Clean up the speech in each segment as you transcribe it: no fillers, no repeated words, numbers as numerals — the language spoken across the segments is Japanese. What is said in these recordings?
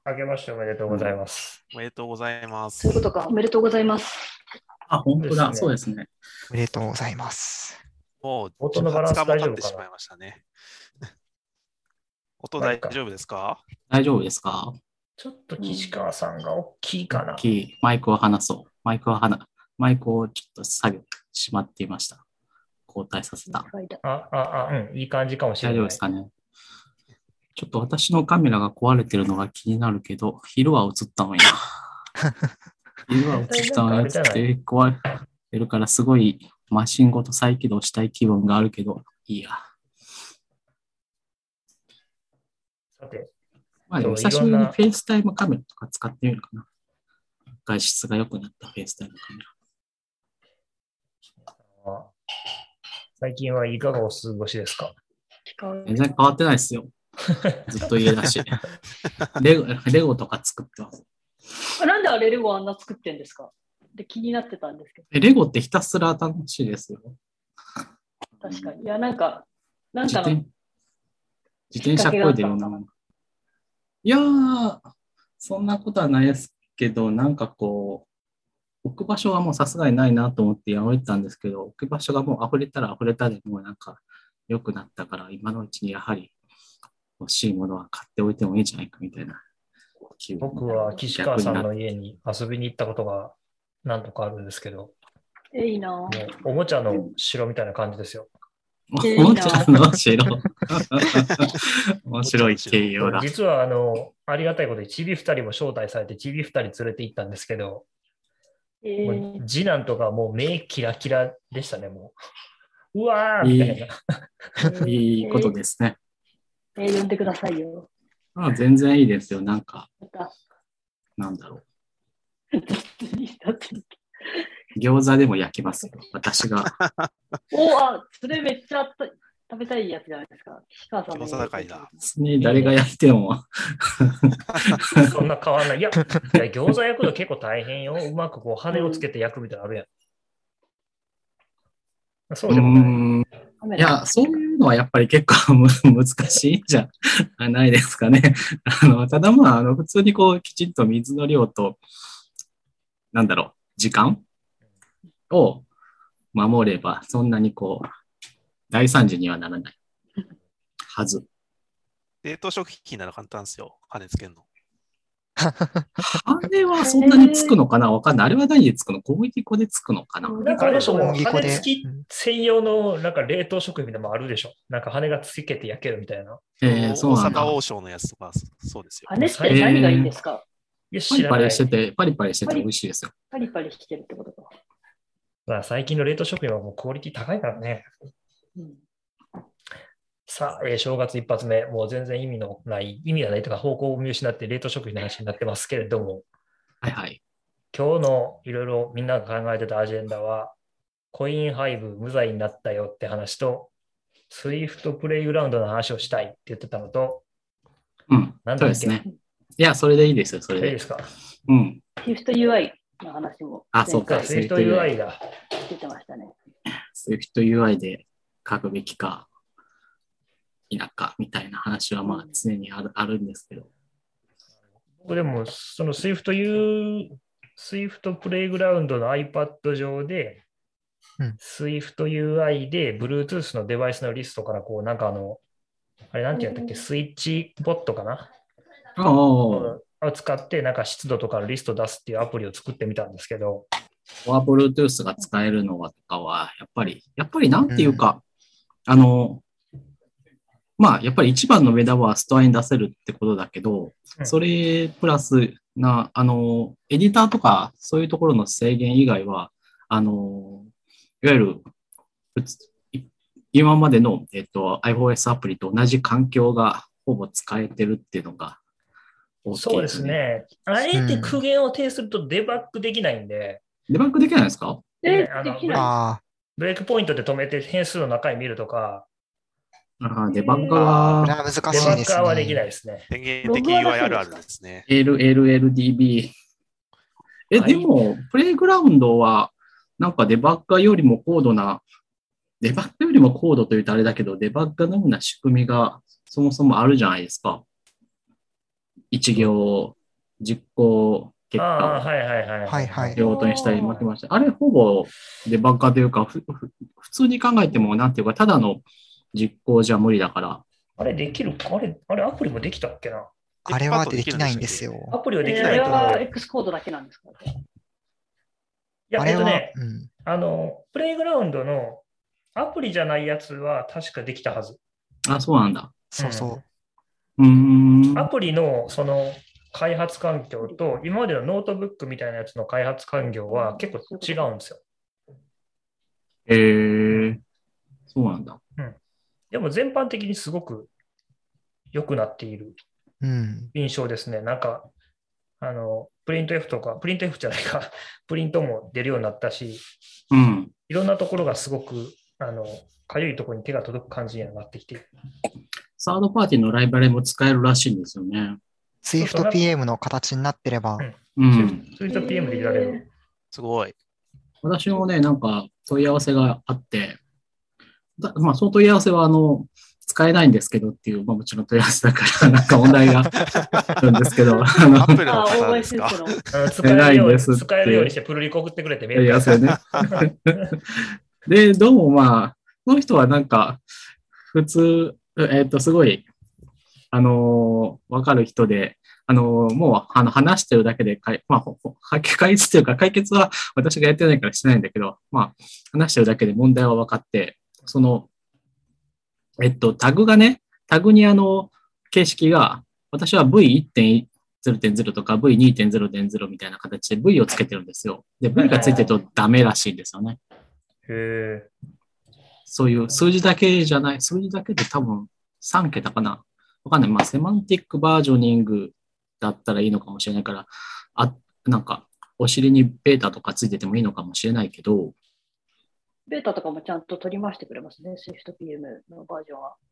明けましておめでとうございます。 おめでとうございます。 そういうことか。おめでとうございます。 あ、本当だ、 ですねそうですね。 おめでとうございます。 もう音のバランス 20日も大丈夫かな。 経ってしまいましたね。音大まあいいか丈夫ですか？ 大丈夫ですか？ ちょっと岸川さんが大きいかな。 大きいマイクを離そう。マイクをちょっと下げてしまっていました。交代させた。 いい感じかもしれない。 大丈夫ですかね。ちょっと私のカメラが壊れてるのが気になるけど、昼は映ったのにな。昼は映ったのにって壊れてるからすごいマシンごと再起動したい気分があるけど、いいや。 さて。 まあでも久しぶりにフェイスタイムカメラとか使ってみるかな。画質が良くなったフェイスタイムカメラ。最近はいかがお過ごしですか？ 全然変わってないですよ。ずっと家だし。レゴとか作ってます。 なんであれレゴあんな作ってんですか？で気になってたんですけど。 レゴってひたすら楽しいですよ。 確かに。いや、なんかの自転車こいでるの。いやー、そんなことはないですけど、なんかこう、置く場所はもうさすがにないなと思ってやめたんですけど、置く場所がもう溢れたら溢れたでもうなんか良くなったから、今のうちにやはり欲しいものは買っておいてもいいんじゃないかみたいな。 僕は岸川さんの家に遊びに行ったことが何とかあるんですけど、 いいな。 おもちゃの城みたいな感じですよ。 おもちゃの城。面白い形容だ。 実はありがたいことにちび2人も招待されてちび2人連れて行ったんですけど、次男とかもう目キラキラでしたね、もう。うわーみたいな。いいことですね。 呼んでくださいよ。 全然いいですよ。なんか、なんだろう。餃子でも焼きますよ、私が。 それめっちゃ食べたいやつじゃないですか。岸川さんの。 餃子高いな。 誰が焼いても。 そんな変わんない。いや、餃子焼くの結構大変よ。うまくこう羽をつけて焼くみたいなのあるやん。そうでもない。 いや、そういうのはやっぱり結構難しいんじゃないですかね。ただまあ、普通にこう、きちんと水の量と、なんだろう、時間を守れば、そんなにこう、大惨事にはならないはず。 冷凍食品なら簡単ですよ、羽つけるの。 羽はそんなにつくのかなわかんない。あれは何でつくの？小麦粉でつくのかな？ なんかあれでしょ、羽付き専用のなんか冷凍食品でもあるでしょ。なんか羽がつけて焼けるみたいな。 そうなんだ。 大阪王将のやつとか、そうですよ。 羽って何がいいんですか？ パリパリしてて美味しいですよ。 パリパリしてるってことか。 まあ最近の冷凍食品はもうクオリティ高いからね。さあ、正月一発目、もう全然意味がないとか方向を見失って冷凍食品の話になってますけれども、 はいはい。 今日のいろいろみんなが考えてたアジェンダは、コインハイブ無罪になったよって話と、スイフトプレイグラウンドの話をしたいって言ってたのと、 なんだっけ？そうですね。いや、それでいいですよ、それで。 いいですか？ スイフト UI の話も。 そうか、 スイフト UI が出てましたね。 スイフト UI で書くべきか。否かみたいな話はまあ常にあるんですけど。 僕でもその Swift プレイグラウンドの iPad 上で、Swift UI で Bluetooth のデバイスのリストからこうなんかあれなんて言うんだっけ、スイッチボットかなを使ってなんか湿度とかのリスト出すっていうアプリを作ってみたんですけど。 Bluetooth が使えるのとかはやっぱりなんていうか、まあ、やっぱり一番の目玉はストアに出せるってことだけど、それプラスエディターとかそういうところの制限以外は、いわゆる、今までの、iOS アプリと同じ環境がほぼ使えてるっていうのが大きいですね。 そうですね。あえて苦言を呈するとデバッグできないんで。 デバッグできないですか？ できない。 ブレイクポイントで止めて変数の中に見るとか、 デバッガーは、 難しいですね。 デバッガーはできないですね。 宣言的 UI あるあるですね。 LLDB。でも、プレイグラウンドは、なんかデバッガーよりも高度というとあれだけど、デバッガーのような仕組みがそもそもあるじゃないですか。 一行実行結ああ、 果はいはいはい。 はいはいを用途にしたり負けました。あれほぼデバッガーというか、普通に考えても、なんていうか、ただの実行じゃ無理だから。 あれできるかあれアプリもできたっけな。 あれはできないんですよ。 アプリはできあれないと思う。 は X コードだけなんですか？ いや、 あれは、 プレイグラウンドのアプリじゃないやつは確かできたはず。 あ、そうなんだ。 そうそう。 アプリのその開発環境と今までのノートブックみたいなやつの開発環境は結構違うんですよ。 そうなんだ。 でも全般的にすごく良くなっている印象ですね。なんか、プリント F とか、プリント F じゃないか、プリントも出るようになったし、いろんなところがすごく、かゆいところに手が届く感じにはなってきている。 サードパーティーのライブラリも使えるらしいんですよね。 SwiftPM の形になってれば。 SwiftPM でいられる。 すごい。 私もね、なんか問い合わせがあって、まあ、その問い合わせは、使えないんですけどっていう、まあもちろん問い合わせだから、なんか問題があるんですけど、 アップルの方ですか？ 使えるようにしてプルリコ送ってくれてメールやね。で、どうもまあ、この人はなんか、普通、すごい、わかる人で、もう、話してるだけで、まあ、解決というか、解決は私がやってないからしてないんだけど、まあ、話してるだけで問題は分かって、その、タグがね、タグに形式が、私は V1.0.0 とか V2.0.0 みたいな形で V をつけてるんですよ。で、V がついてるとダメらしいんですよね。 へー。 そういう数字だけじゃない、数字だけで多分3桁かな。わかんない。まあ、セマンティックバージョニングだったらいいのかもしれないから、なんか、お尻にベータとかついててもいいのかもしれないけど、 ベータとかもちゃんと取り回してくれますね、SwiftPM のバージョンは。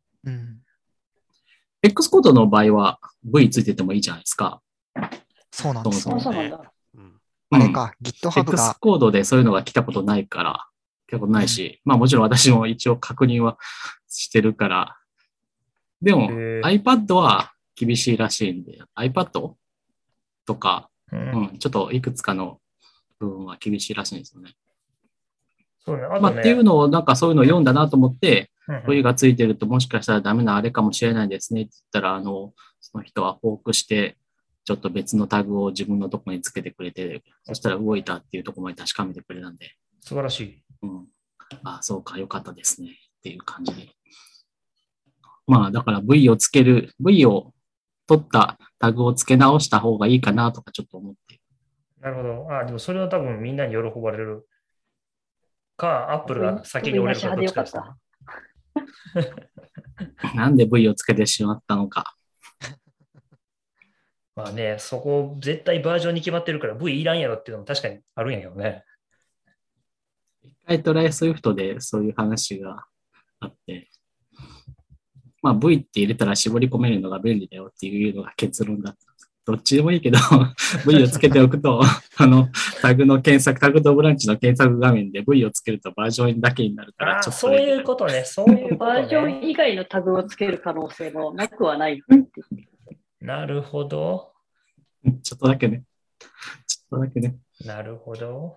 X コードの場合は V ついててもいいじゃないですか。 そうなんですよ。 そうなんだ。 あれか、GitHub が。 X コードでそういうのが来たことないから、来たことないし、まあもちろん私も一応確認はしてるから、でも iPad は厳しいらしいんで、iPad とか、ちょっといくつかの部分は厳しいらしいんですよね。 そうね。 まあっていうのを、なんかそういうのを読んだなと思って、V がついてるともしかしたらダメなあれかもしれないですねって言ったら、その人はフォークして、ちょっと別のタグを自分のところにつけてくれて、そしたら動いたっていうところまで確かめてくれたんで。 素晴らしい。 あ、そうか、よかったですね。っていう感じで。まあ、だから V を取ったタグを付け直した方がいいかなとかちょっと思って。 なるほど。でもそれは多分みんなに喜ばれるか、アップルが先に折れるかどっちかですね。 なんで V をつけてしまったのか。 まあね、そこ絶対バージョンに決まってるから V いらんやろっていうのも確かにあるんやけどね。 一回トライスイフトでそういう話があって、まあ V って入れたら絞り込めるのが便利だよっていうのが結論だった。どっちでもいいけど、V をつけておくと、タグとブランチの検索画面で V をつけるとバージョンだけになるから、ちょっと。 そういうことね。そういうことね。 バージョン以外のタグをつける可能性もなくはない。 なるほど。 ちょっとだけね。 なるほど。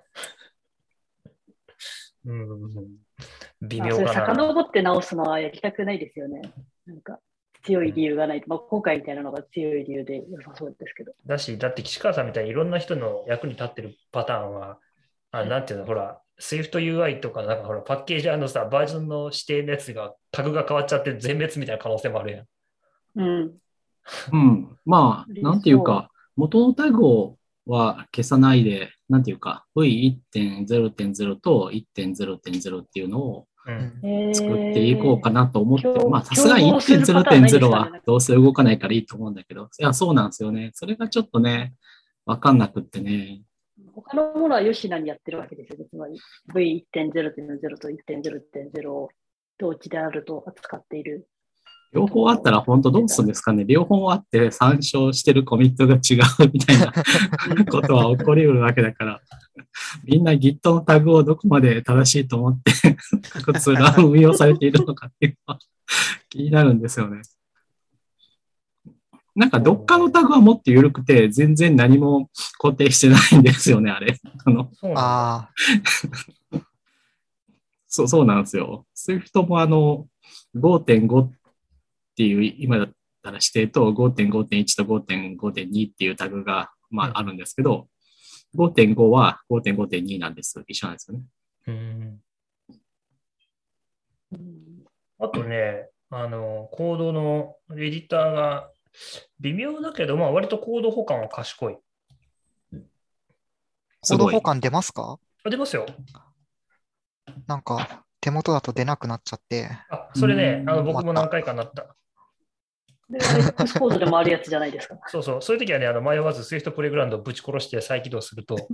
微妙かな。 遡って直すのはやりたくないですよね。なんか強い理由がないと。まあ、今回みたいなのが強い理由で良さそうですけど。 だって岸川さんみたいにいろんな人の役に立ってるパターンは、なんていうの、ほら、SwiftUI とか、なんかほら、パッケージバージョンの指定のやつが、タグが変わっちゃって全滅みたいな可能性もあるやん。 まあ、なんていうか、元のタグは消さないで、なんていうか、V1.0.0 と 1.0.0 っていうのを作っていこうかなと思って、まあ、さすがに 1.0.0 はどうせ動かないからいいと思うんだけど、いや、そうなんですよね。それがちょっとね、わかんなくってね。 他のものはよしなにやってるわけですよね。つまり V1.0.0 と 1.0.0 を同値であると扱っている。 両方あったら本当どうするんですかね。両方あって参照してるコミットが違うみたいなことは起こりうるわけだから、みんな Git のタグをどこまで正しいと思ってツールは運用されているのかっていうのは気になるんですよね。 なんかどっかのタグはもっと緩くて、全然何も固定してないんですよね、あれ。 そうなんだ。 ああ、 そうなんですよ。Swift も5.5 っていう、今だったら指定と 5.5.1 と 5.5.2 っていうタグが、まああるんですけど、5.5 は 5.5.2 なんです。一緒なんですよね。 あとね、コードのエディターが微妙だけど、まあ割とコード保管は賢い。 コード保管出ますか？ 出ますよ。 なんか、手元だと出なくなっちゃって。 それね、僕も何回かなった。 で、X コードでもあるやつじゃないですか。 そういう時はね、迷わず Swift プレイグラウンドをぶち殺して再起動すると。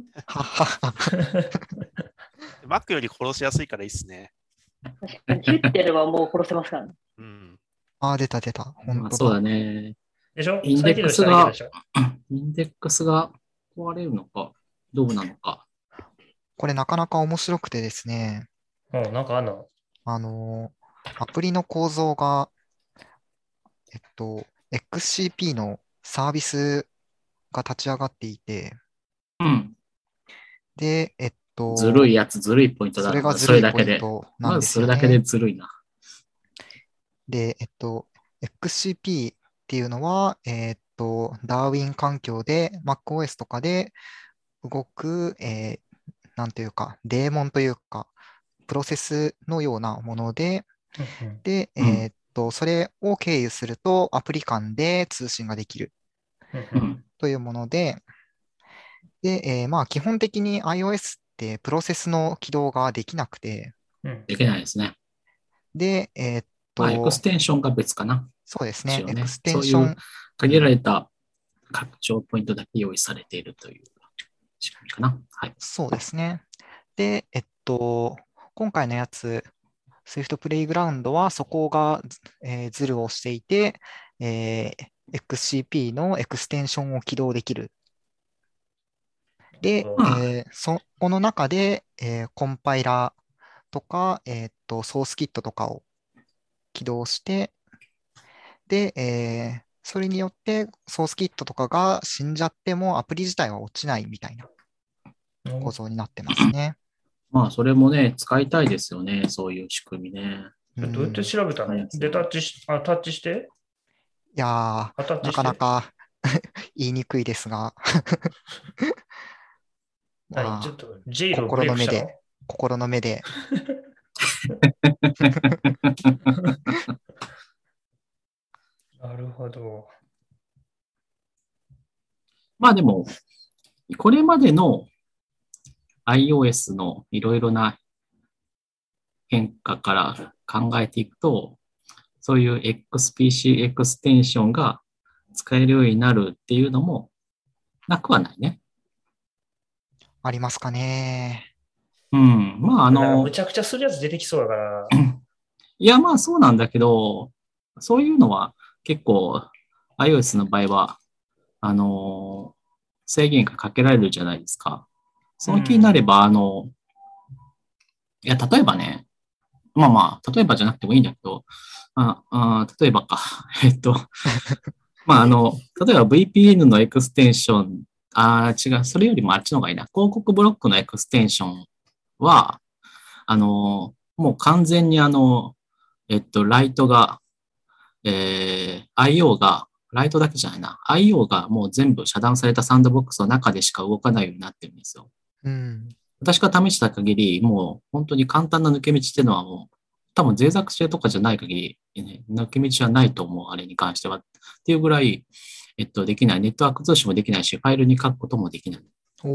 Mac より殺しやすいからいいっすね。 確かに、ヒュッてやればもう殺せますからね。 出た。本当だ。 そうだね。 でしょ？ インデックスが壊れるのか、どうなのか。 これなかなか面白くてですね。 なんかあんの？ アプリの構造が、XCP のサービスが立ち上がっていて、で、 ずるいポイントだな。 それがずるいポイントなんですよね。 まずそれだけでずるいな。 で、XCP っていうのは、ダーウィン環境で MacOS とかで動く、なんというか、デーモンというか、プロセスのようなもので、で、それを経由するとアプリ間で通信ができるというもので、で、まあ基本的に iOS ってプロセスの起動ができなくて、 できないですね。 で、 エクステンションが別かな。 そうですね。エクステそうンション。 いう限られた拡張ポイントだけ用意されているという仕組みかな。はい。 そうですね。で、今回のやつ、Swift プレイグラウンドはそこが、ズルをしていて、XCP のエクステンションを起動できる。で、そこの中で、コンパイラーとか、ソースキットとかを起動して、で、それによってソースキットとかが死んじゃってもアプリ自体は落ちないみたいな構造になってますね。 まあ、それもね、使いたいですよね。そういう仕組みね。 どうやって調べたの？で、タッチして？ いやー、なかなか言いにくいですがまあ、ちょっとジェイルをブレイクしたの？ 心の目で。 なるほど。 まあでも、これまでの iOS のいろいろな変化から考えていくと、そういう XPC エクステンションが使えるようになるっていうのもなくはないね。 ありますかね。 まあむちゃくちゃするやつ出てきそうだから。 いや、まあそうなんだけど、そういうのは結構 iOS の場合は、制限がかけられるじゃないですか。その気になれば、いや、例えばね、例えばじゃなくてもいいんだけど、例えばか。まあ、例えば VPN のエクステンション、違う、それよりもあっちの方がいいな。広告ブロックのエクステンションは、もう完全にライトが、IO が、ライトだけじゃないな。IO がもう全部遮断されたサンドボックスの中でしか動かないようになってるんですよ。私が試した限り、もう本当に簡単な抜け道っていうのはもう、多分脆弱性とかじゃない限り、ね、抜け道はないと思う、あれに関しては。っていうぐらい、できない。ネットワーク通信もできないし、ファイルに書くこともできない。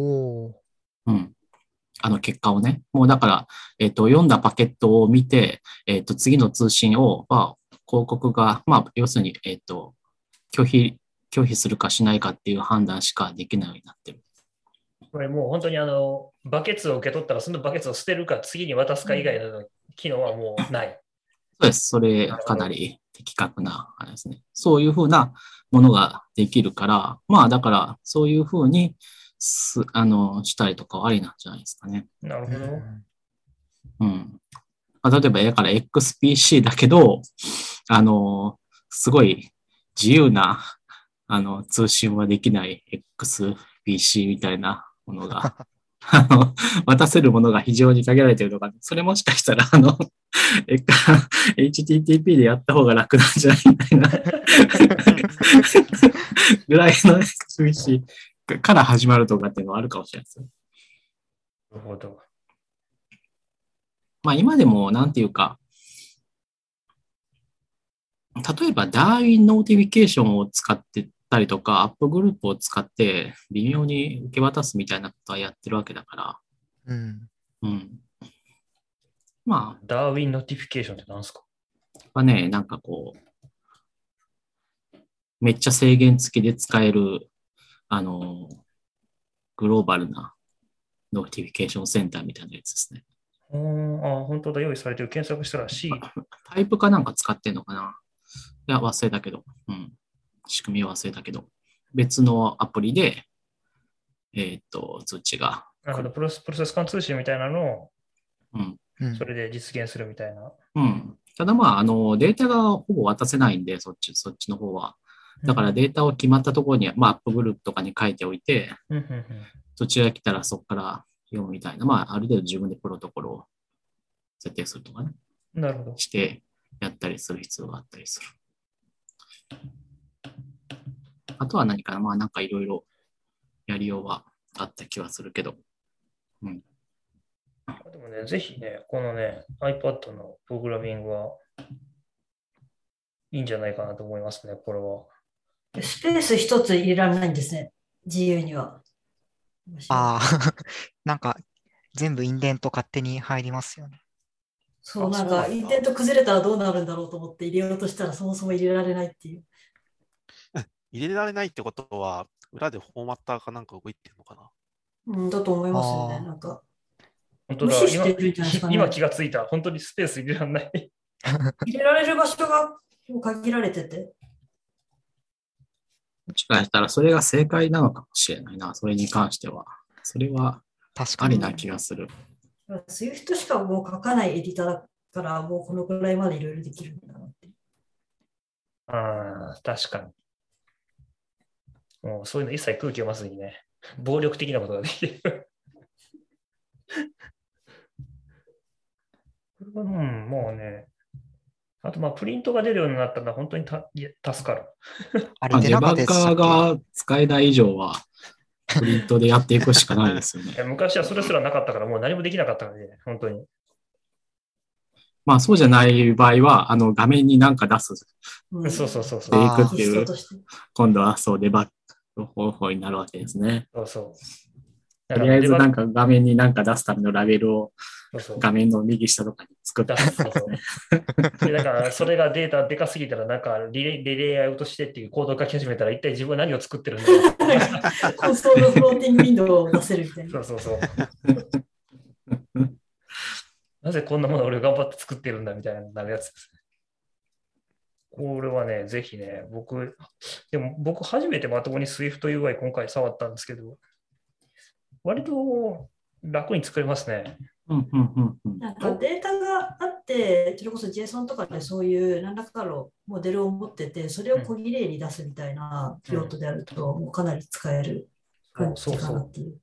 結果をね。もうだから、読んだパケットを見て、次の通信を、広告が、要するに、拒否するかしないかっていう判断しかできないようになってる。 これもう本当にバケツを受け取ったらそのバケツを捨てるか次に渡すか以外の機能はもうない。 そうです。それかなり的確なあれですね。そういうふうなものができるから、だからそういうふうにしたりとかはありなんじゃないですかね。 なるほど。 例えばだから XPC だけど、すごい自由な通信はできない XPC みたいなものが、渡せるものが非常に限られているのか、それもしかしたら、HTTP でやった方が楽なんじゃないみたいなぐらいの XPC から始まるとかっていうのはあるかもしれないですよ。 なるほど。 まあ今でも、なんていうか、例えば、ダーウィンノーティフィケーションを使ってたりとか、アップグループを使って微妙に受け渡すみたいなことはやってるわけだから、 うん。 うん。まダーウィンノティフィケーションって何ですか？ ね、なんかこう、めっちゃ制限付きで使える、グローバルなノーティフィケーションセンターみたいなやつですね。 本当だ、用意されてる。検索したら C。 タイプかなんか使ってんのかな？いや、忘れたけど。うん。仕組みは忘れたけど。別のアプリで、通知が。 なるほど、プロセス間通信みたいなのを、 うん。 それで実現するみたいな。 うん。ただまあ、データがほぼ渡せないんで、そっちの方は。だからデータを決まったところに、まあ、アップグループとかに書いておいて、そちらが来たらそこから読むみたいな、まあ、ある程度自分でプロトコルを設定するとかね。 なるほど。 してやったりする必要があったりする。あとは何かな、まあなんかいろいろやりようはあった気はするけど。うん。 でもね、ぜひね、このね、iPad のプログラミングはいいんじゃないかなと思いますね、これは。 スペース一つ入れられないんですね、自由には。 ああ、なんか全部インデント勝手に入りますよね。 そう、なんかインデント崩れたらどうなるんだろうと思って入れようとしたらそもそも入れられないっていう。 入れられないってことは、裏でフォーマッターかなんか動いてるのかな？ うん、だと思いますよね。なんか。 本当だ、 無視してるんじゃないですかね。 今気がついた。本当にスペース入れられない。 入れられる場所が限られてて。 もしかしたらそれが正解なのかもしれないな、それに関しては。それはありな気がする。 Swift しかもう書かないエディターだから、もうこのくらいまでいろいろできるんだなって。 確かに。もうそういうの一切空気読まずにね、暴力的なことができる。もうね、あとプリントが出るようになったら本当に助かる。 あれデバッガーが使えない以上は、プリントでやっていくしかないですよね。 昔はそれすらなかったからもう何もできなかったからね、本当に。 まあそうじゃない場合は、画面に何か出す。 そう。 でいくっていう、今度はそうデバッグ方法になるわけですね。 そう。 とりあえずなんか画面に何か出すためのラベルを画面の右下とかに作って。 でだからそれがデータでかすぎたらなんかリレイアウトしてっていうコードを書き始めたら一体自分は何を作ってるんだろう。 コンソールフローティングウィンドウを出せるみたいな。 そう。なぜこんなものを俺頑張って作ってるんだみたいなやつですね。これはね、ぜひね、僕初めてまともに Swift UI 今回触ったんですけど、割と楽に作れますね。 なんかデータがあって、それこそ JSON とかでそういう何らかのモデルを持ってて、それを小切れに出すみたいな用途であると、もうかなり使える感じかなっていう。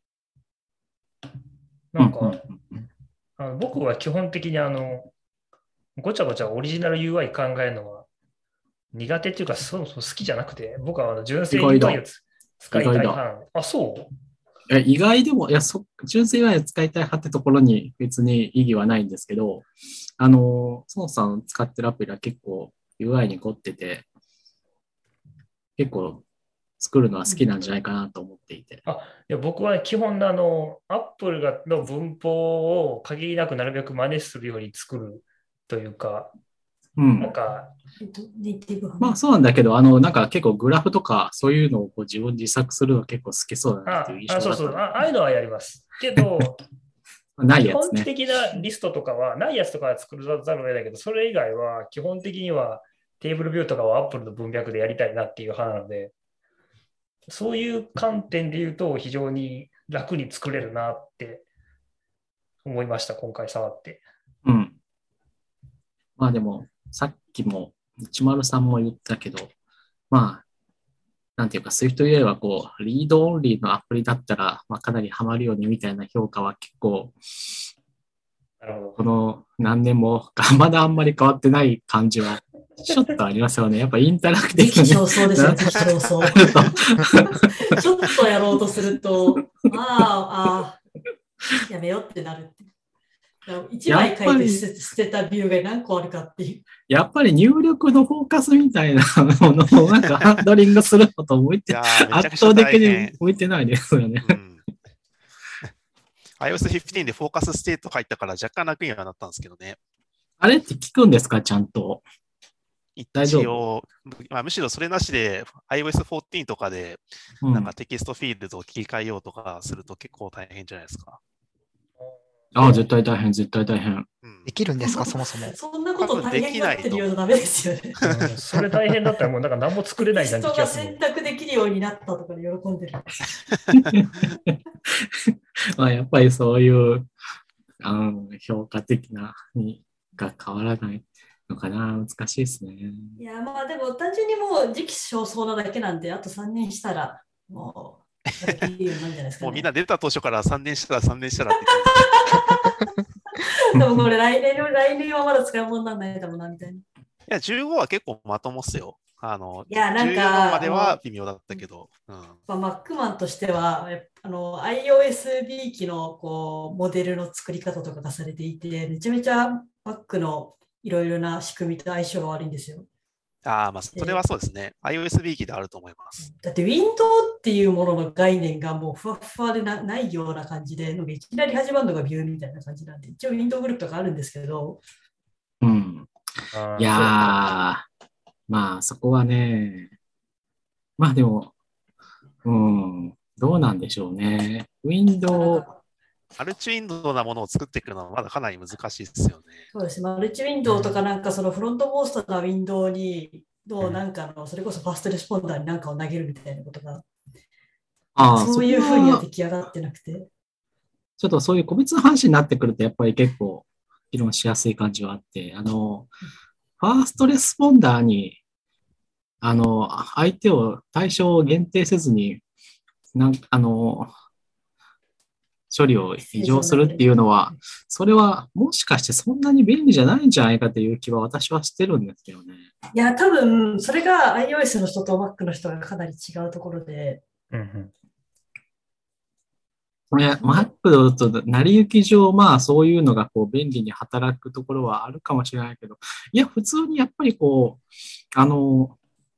なんか、僕は基本的にごちゃごちゃオリジナル UI 考えるのは苦手っていうか、そもそも好きじゃなくて、僕は純正 UI を使いたい派。そう意外でも、純正 UI を使いたい派ってところに別に意義はないんですけど、孫さん使ってるアプリは結構 UI に凝ってて、結構作るのは好きなんじゃないかなと思っていて。 いや僕は基本のApple の文法を限りなくなるべく真似するように作るというか、なんか、 まあそうなんだけど、なんか結構グラフとかそういうのを自分自作するの結構好きそうだなっていう印象だった。 そう。ああいうのはやります。けど、 ないやつね。 基本的なリストとかは、ないやつとかは作らざるを得ないけど、それ以外は基本的にはテーブルビューとかは Apple の文脈でやりたいなっていう派なので、そういう観点で言うと非常に楽に作れるなって思いました、今回触って。 まあでも、さっきも103も言ったけど、まあ、 なんていうか、SwiftUI はこう、リードオンリーのアプリだったら、まあ、かなりハマるよねみたいな評価は結構、 なるほど。 この何年もまだあんまり変わってない感じは、ちょっとありますよね。やっぱインタラクティブ時期尚早ですよ、時期尚早。ちょっとやろうとすると、やめようってなるって。1枚書いて捨てたビューが何個あるかっていう。 やっぱり入力のフォーカスみたいなものをなんかハンドリングするのと向いて、圧倒的に向いてないですよね。 iOS 15でフォーカスステート入ったから若干楽にはなったんですけどね。 あれって聞くんですか、ちゃんと。大丈夫？ むしろそれなしで iOS 14とかでなんかテキストフィールドを切り替えようとかすると結構大変じゃないですか。 絶対大変、絶対大変。 できるんですか、そもそも。 そんなこと大変になってるようなダメですよね。 それ大変だったらもうなんか何も作れないじゃん。 人が選択できるようになったとかで喜んでる。 まあやっぱりそういう評価的なが変わらないのかな。難しいですね。 いや、まあでも単純にもう時期尚早なだけなんで、あと3年したらもう。 もうみんな出た当初から3年したら3年したらってでもこれ来年はまだ使い物にならないだろうなみたいな。いや、15は結構まともっすよ。 いや、なんか 14までは微妙だったけど。 マックマンとしては、iOS B 機のこうモデルの作り方とかがされていて、めちゃめちゃ Mac のいろいろな仕組みと相性が悪いんですよ。 まあ、それはそうですね。iOS B 機であると思います。 だって Windows っていうものの概念がもうふわふわでないような感じで、いきなり始まるのがビューみたいな感じなんで、一応 Windows グループとかあるんですけど。 いやー、まあそこはね、まあでも、どうなんでしょうね。Windows、 マルチウィンドウなものを作っていくのはまだかなり難しいですよね。 そうですね。マルチウィンドウとかなんかそのフロントモーストなウィンドウになんかそれこそファーストレスポンダーになんかを投げるみたいなことがそういうふうには出来上がってなくて。 ちょっとそういう個別の話になってくるとやっぱり結構議論しやすい感じはあって、ファーストレスポンダーに相手を対象を限定せずに処理を異常するっていうのは、それはもしかしてそんなに便利じゃないんじゃないかという気は私はしてるんですけどね。 いや、多分それが iOS の人と Mac の人がかなり違うところで。 Mac と成り行き上、まあそういうのがこう便利に働くところはあるかもしれないけど、いや、普通にやっぱりこう、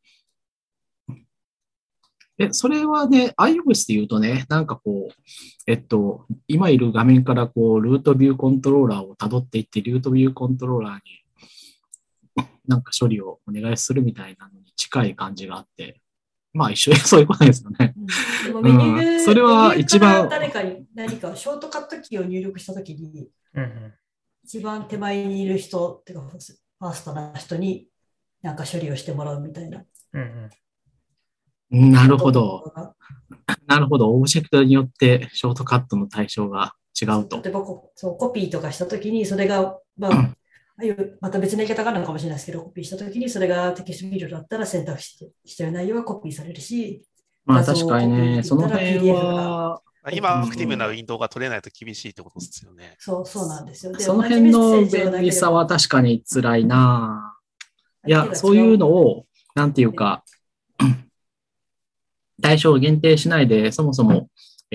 それはね、iOS で言うとね、なんかこう、今いる画面からこう、ルートビューコントローラーをたどっていって、ルートビューコントローラーになんか処理をお願いするみたいなのに近い感じがあって、まあ一緒にそういうことですよね。それは一番。 誰かに何かショートカットキーを入力したときに、一番手前にいる人っていうか、ファーストな人になんか処理をしてもらうみたいな。 なるほど。なるほど。オブジェクトによってショートカットの対象が違うと。 例えばコピーとかしたときに、それが、また別の言い方があるのかもしれないですけど、コピーしたときにそれがテキストフィールドだったら選択している内容はコピーされるし、 まあ確かにね、その辺は。 今、アクティブなウィンドウが取れないと厳しいってことですよね。 そうなんですよ。 その辺の便利さは確かに辛いな。いや、そういうのを、なんていうか、対象を限定しないで、そもそも、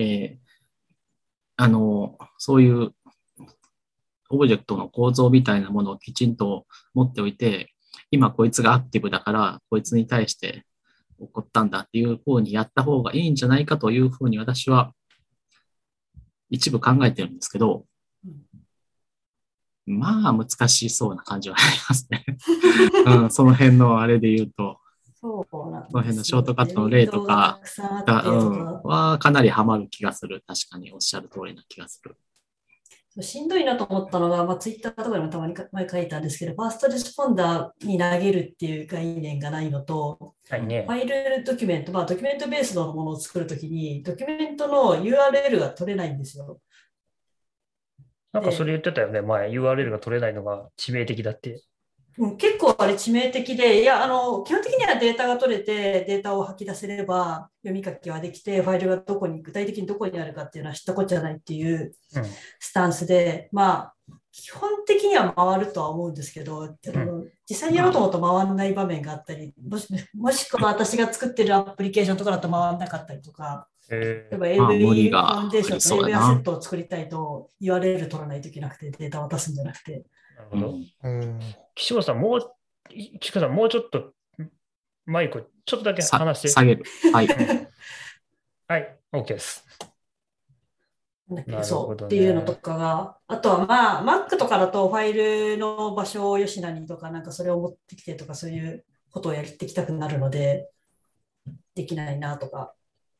そういうオブジェクトの構造みたいなものをきちんと持っておいて、今こいつがアクティブだから、こいつに対して起こったんだっていう方にやった方がいいんじゃないかというふうに私は一部考えてるんですけど、まあ難しそうな感じはありますね。その辺のあれで言うと。 そうなんです。 この辺のショートカットの例とかはかなりハマる気がする。確かにおっしゃる通りな気がする。 しんどいなと思ったのが、ツイッターとかでもたまに前書いたんですけど、ファーストレスポンダーに投げるっていう概念がないのと、ファイルドキュメント、ドキュメントベースのものを作るときに、ドキュメントの URL が取れないんですよ。 なんかそれ言ってたよね、前。URL が取れないのが致命的だって。 結構あれ致命的で、いや、基本的にはデータが取れて、データを吐き出せれば読み書きはできて、ファイルが具体的にどこにあるかっていうのは知ったこっちゃないっていうスタンスで、まあ、基本的には回るとは思うんですけど、実際にやろうと思うと回らない場面があったり、もしくは私が作ってるアプリケーションとかだと回らなかったりとか、例えば AV ファウンデーションと AV アセットを作りたいと URL 取らないといけなくて、データを渡すんじゃなくて。 なるほど。岸本さん、もうちょっとマイクちょっとだけ話して。 下げる。はい。 はい、OK です。 そうっていうのとかが、あとはまあ Mac とかだとファイルの場所をよしなにとかなんかそれを持ってきてとかそういうことをやっていきたくなるのでできないなとか。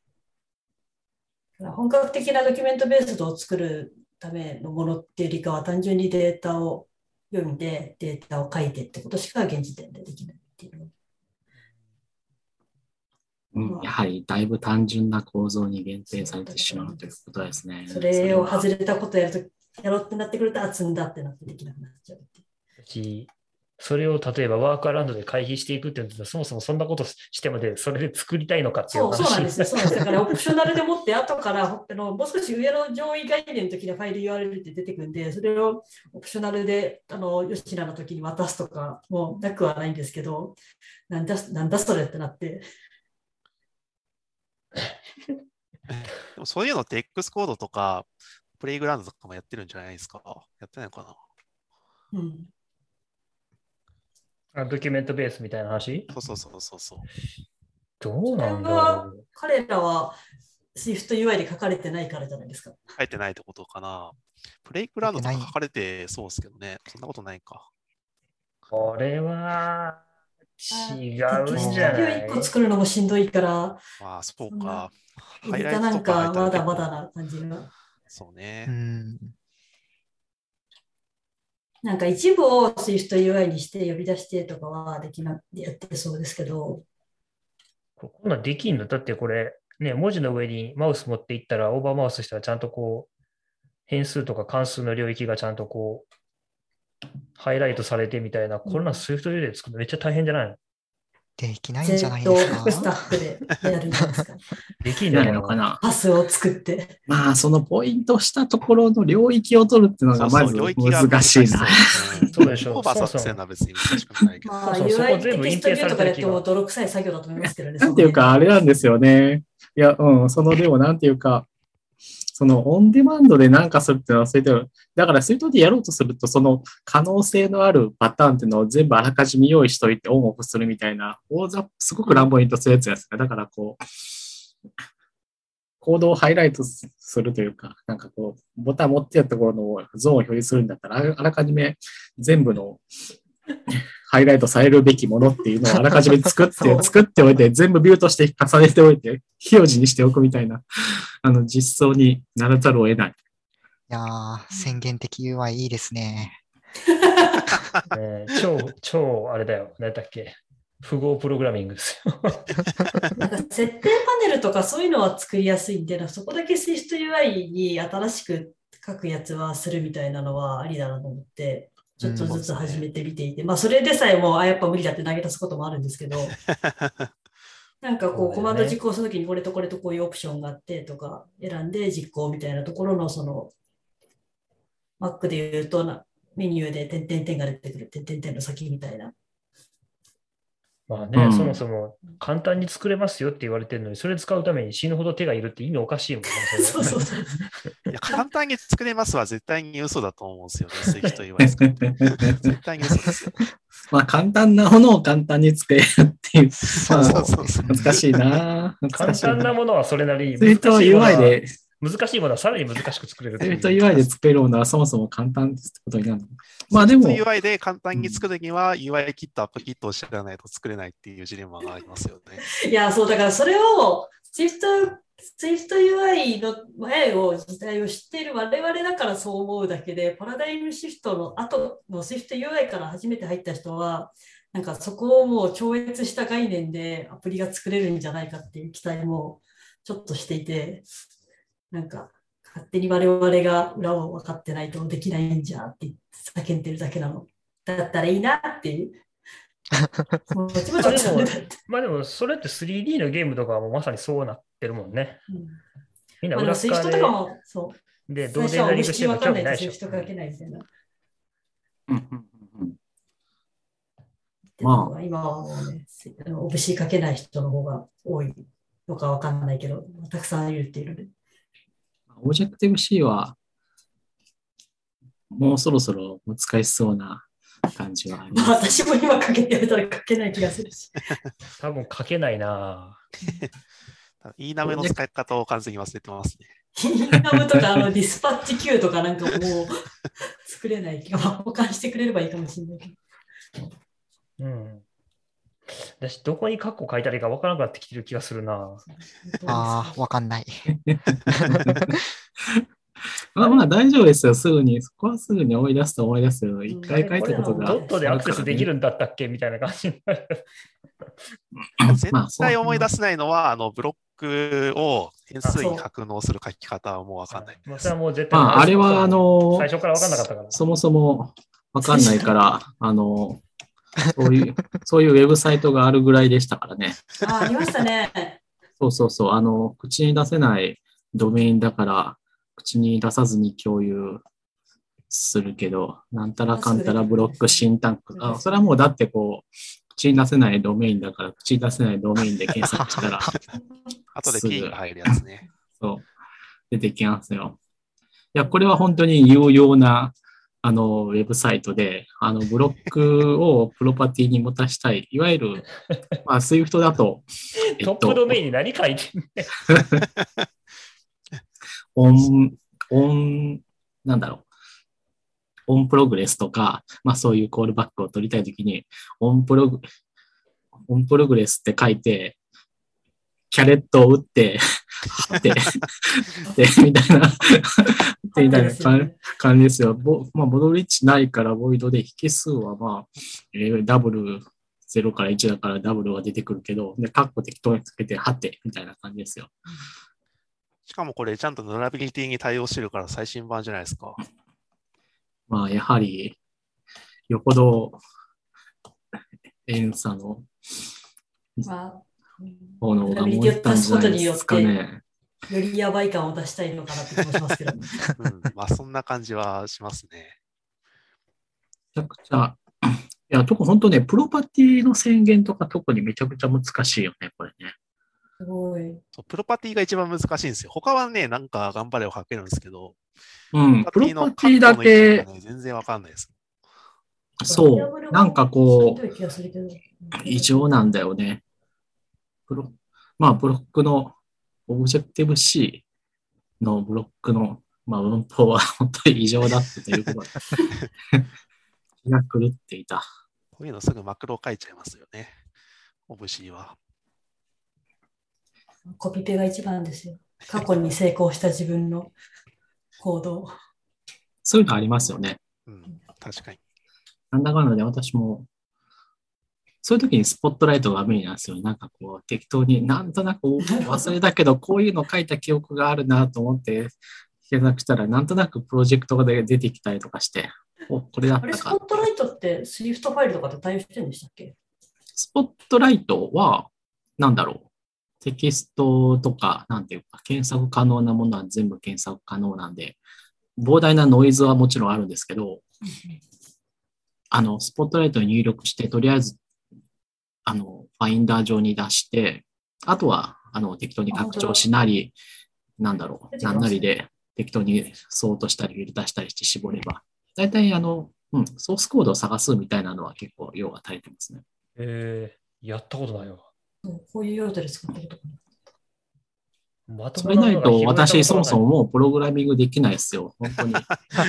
本格的なドキュメントベースを作るためのものっていうよりかは単純にデータを読んでデータを書いてってことしか現時点でできないっていうの。やはりだいぶ単純な構造に限定されてしまうということですね。 それを外れたことやろうってなってくると積んだってなってできなくなっちゃうっていう。 それを例えばワークアラウンドで回避していくっていうのはそもそもそんなことしてまでそれで作りたいのかっていう話。 そうなんですよ。そうなんです。だからオプショナルでもって後からもう少し上の上位概念の時にファイル URL って出てくるんで、それをオプショナルでよしなの時に渡すとかもなくはないんですけど、なんだそれってなって。 でもそういうのって X コードとかプレイグラウンドとかもやってるんじゃないですか。やってないのかな。 ドキュメントベースみたいな話？ そう。 どうなんだろう。 彼らは SwiftUI で書かれてないからじゃないですか。 書いてないってことかな。プレイグラウンドとか書かれてそうですけどね。そんなことないか。 これは違うんじゃない？ 1個作るのもしんどいから。 まあ、そうか。 ハイライトとかまだまだな感じが。 そうね。 なんか一部を SwiftUI にして呼び出してとかはやってそうですけど。 こんなんできんの？だってこれ、ね、文字の上にマウス持っていったら、オーバーマウスしたらちゃんとこう、変数とか関数の領域がちゃんとこう、ハイライトされてみたいな、こんな SwiftUI で作るのめっちゃ大変じゃないの？ できないんじゃないですか？ スタッフでやるんですか？ できないのかな？ パスを作って。 まあ、そのポイントしたところの領域を取るっていうのがまず難しいな。 そうでしょう。 オーバーさせるのは別に難しくないけど。 まあ、UI テキストビューとかやっても泥臭い作業だと思いますけどね。 なんていうか、あれなんですよね。いや、でもなんていうか、オンデマンドで何かするっていうのは、だから、スイートでやろうとすると、その可能性のあるパターンっていうのを全部あらかじめ用意しといてオンオフするみたいな、すごく乱暴にとするやつですか。だからこう、コードをハイライトするというか、なんかこう、ボタン持ってやったところのゾーンを表示するんだったら、あらかじめ全部のハイライトされるべきものっていうのをあらかじめ作っておいて、全部ビューとして重ねておいて、非表示にしておくみたいな、実装にならざるを得ない。いやー、宣言的 UI いいですね。 超あれだよ。何だっけ？符号プログラミングですよ。 なんか設定パネルとかそういうのは作りやすいんで、そこだけ SwiftUI に新しく書くやつはするみたいなのはありだなと思って、ちょっとずつ始めてみていて、まあそれでさえもやっぱ無理だって投げ出すこともあるんですけど、なんかこうコマンド実行するときにこれとこれとこういうオプションがあってとか選んで実行みたいなところのMac で言うとメニューで点々点が出てくる、点々点の先みたいな。 まあね、そもそも簡単に作れますよって言われてるのに、それ使うために死ぬほど手がいるって意味おかしいもんね。 そう。 いや、簡単に作れますは絶対に嘘だと思うんですよね。そういう人言われて。絶対に嘘ですよ。 まあ、簡単なものを簡単に作れるっていう。難しいな。 簡単なものはそれなりに難しいものは。 難しいものはさらに難しく作れる。 SwiftUI で作れるものはそもそも簡単ってことになる。まあでも。 SwiftUI で簡単に作るには UI キット、アップキットを知らないと作れないっていうジレンマがありますよね。 いや、そう、だからそれを SwiftUI の前を時代を知っている我々だからそう思うだけで、パラダイムシフトの後の SwiftUI から初めて入った人は、なんかそこをもう超越した概念でアプリが作れるんじゃないかっていう期待もちょっとしていて、なんか勝手に我々が裏を分かってないとできないんじゃって叫んでるだけなの。 だったらいいなっていう。もちもちもちもちまあでも、それって 3D のゲームとかはもうまさにそうなってるもんね。みんな裏側とかもそうで、どうでなりとしても興味ないでしょ。 人書けないみたいな。 まあ、 今はもうね、オブシー書けない人の方が多いのかわかんないけど、たくさんいるっていうので。 オブジェクティブ C は、もうそろそろ使いそうな感じはあります。 私も今書けって言われたら書けない気がするし。 多分書けないないいなめの使い方を完全に忘れてますね。 いいなめとか、ディスパッチ Q とかなんかもう作れない気が、保管してくれればいいかもしれないけど。 私、どこにカッコ書いたらいいか分からなくなってきてる気がするな。 ああ、分かんない。 まあ大丈夫ですよ、すぐに。そこはすぐに思い出すと思い出すよ。一回書いたことが。 ドットでアクセスできるんだったっけみたいな感じになる。 絶対思い出せないのは、ブロックを変数に格納する書き方はもう分かんない。 それはもう絶対あれは最初から分かんなかったから。 そもそも分かんないから、そういうウェブサイトがあるぐらいでしたからね。 ありましたね。 そう。口に出せないドメインだから、口に出さずに共有するけど、なんたらかんたらブロックシンタンク。それはもうだって口に出せないドメインだから、口に出せないドメインで検索したら、 後で P が入るやつね。 そう。出てきますよ。いや、これは本当に有用な、ウェブサイトで、ブロックをプロパティに持たしたい。いわゆる、Swift だと。 トップドメインに何書いてんねオンプログレスとか、そういうコールバックを取りたいときに、オンプログレスって書いて、キャレットを打って、で、みたいな感じですよ。ボドリッチないから、ボイドで引数はダブル0から1だからダブルは出てくるけど、で、カッコ適当につけて、はて、みたいな感じですよ。 しかもこれちゃんとノラビリティに対応してるから最新版じゃないですか。 やはり、よほど、遠差の、方のが燃えたんじゃないですかね。 よりやばい感を出したいのかなって気もしますけど、ね。 そんな感じはしますね。 めちゃくちゃ、いや、本当ね、プロパティの宣言とか特にめちゃくちゃ難しいよね、これね。 すごい。 プロパティが一番難しいんですよ。他はね、なんか頑張れを書けるんですけど、 プロパティだけ、 全然わかんないです。 そう、なんか異常なんだよね。ブロックの、オブジェクティブ C のブロックの、文法は本当に異常だっていうことで、気が狂っていた。 こういうのすぐマクロ書いちゃいますよね、オブ C は。 コピペが一番ですよ。過去に成功した自分の行動。 そういうのありますよね。 確かに。 なんだかんだで私も、そういう時にスポットライトが便利なんですよ。なんか適当になんとなく忘れたけど、こういうの書いた記憶があるなと思って検索したら、なんとなくプロジェクトが出てきたりとかして、これだったか。 スポットライトって Swift ファイルとかで対応してるんでしたっけ？ スポットライトは、テキストとか、検索可能なものは全部検索可能なんで、膨大なノイズはもちろんあるんですけど、スポットライトに入力して、とりあえず、ファインダー上に出して、あとは、適当に拡張しなり、なんなりで適当にソートしたりフィルターしたりして絞れば、大体ソースコードを探すみたいなのは結構用が足りてますね。 やったことないわ。 こういう用途で使ってるところ。それないと私そもそももうプログラミングできないですよ。本当に。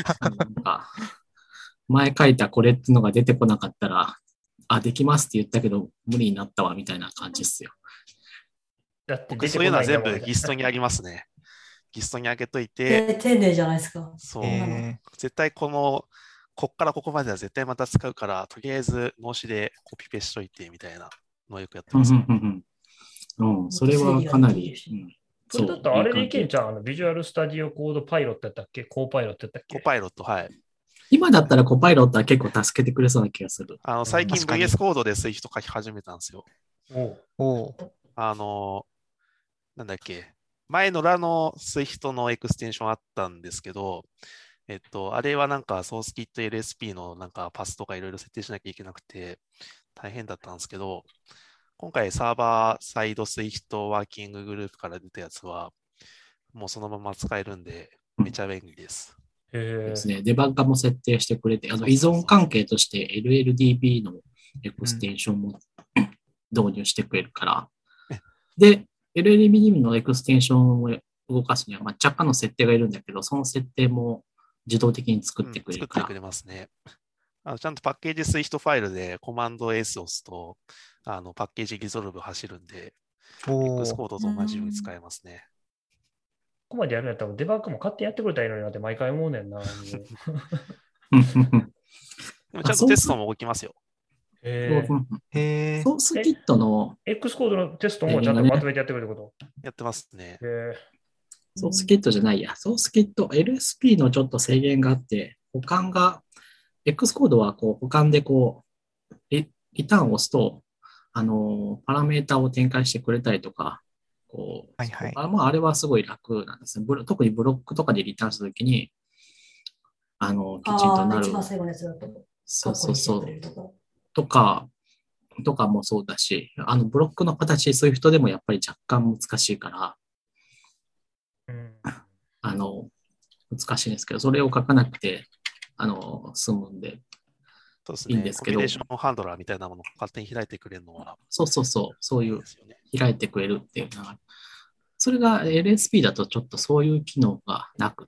前書いたこれっていうのが出てこなかったら、できますって言ったけど無理になったわみたいな感じですよ。 僕そういうのは全部ギストにありますね。ギストにあげといて。 丁寧じゃないですか。 そう。絶対こっからここまでは絶対また使うから、とりあえず脳死でコピペしといてみたいなのをよくやってます。 それはかなり。 それだったらあれでいけんじゃん。ビジュアルスタジオコードパイロットやったっけ？コーパイロットやったっけ？ コーパイロット、はい。 今だったらコパイロットは結構助けてくれそうな気がする。 最近確かに VS コードで Swift 書き始めたんですよ。 おうなんだっけ、前のらの Swift のエクステンションあったんですけど、あれはなんかソースキット LSP のなんかパスとかいろいろ設定しなきゃいけなくて大変だったんですけど、今回サーバーサイド Swift ワーキンググループから出たやつはもうそのまま使えるんでめちゃ便利です。 ですね。デバッガーも設定してくれて、依存関係として LLDB のエクステンションも導入してくれるから。で、LLDB のエクステンションを動かすには、若干の設定がいるんだけど、その設定も自動的に作ってくれるから。 作ってくれますね。ちゃんとパッケージ Swift ファイルでコマンド S を押すと、パッケージリゾルブ走るんで、X コードと同じように使えますね。 ここまでやるんやったらデバッグも勝手にやってくれたらいいのになって毎回思うねんな。 でもちゃんとテストも動きますよ。 ソースキットの X コードのテストもちゃんとまとめてやってくれること、 やってますね。 ソースキットじゃないや。ソースキット LSP のちょっと制限があって、保管が X コードはこう保管でこうリターンを押すとパラメータを展開してくれたりとか、こうあれはすごい楽なんですね。特にブロックとかでリターンしたときに、きちんとなる。そう。とかもそうだし、ブロックの形、Swift でもやっぱり若干難しいから、難しいんですけど、それを書かなくて、済むんで、 そうですね、いいんですけど。コンビネーションハンドラーみたいなものを勝手に開いてくれるのは。 そういう、開いてくれるっていうのが、それが LSP だとちょっとそういう機能がなくって、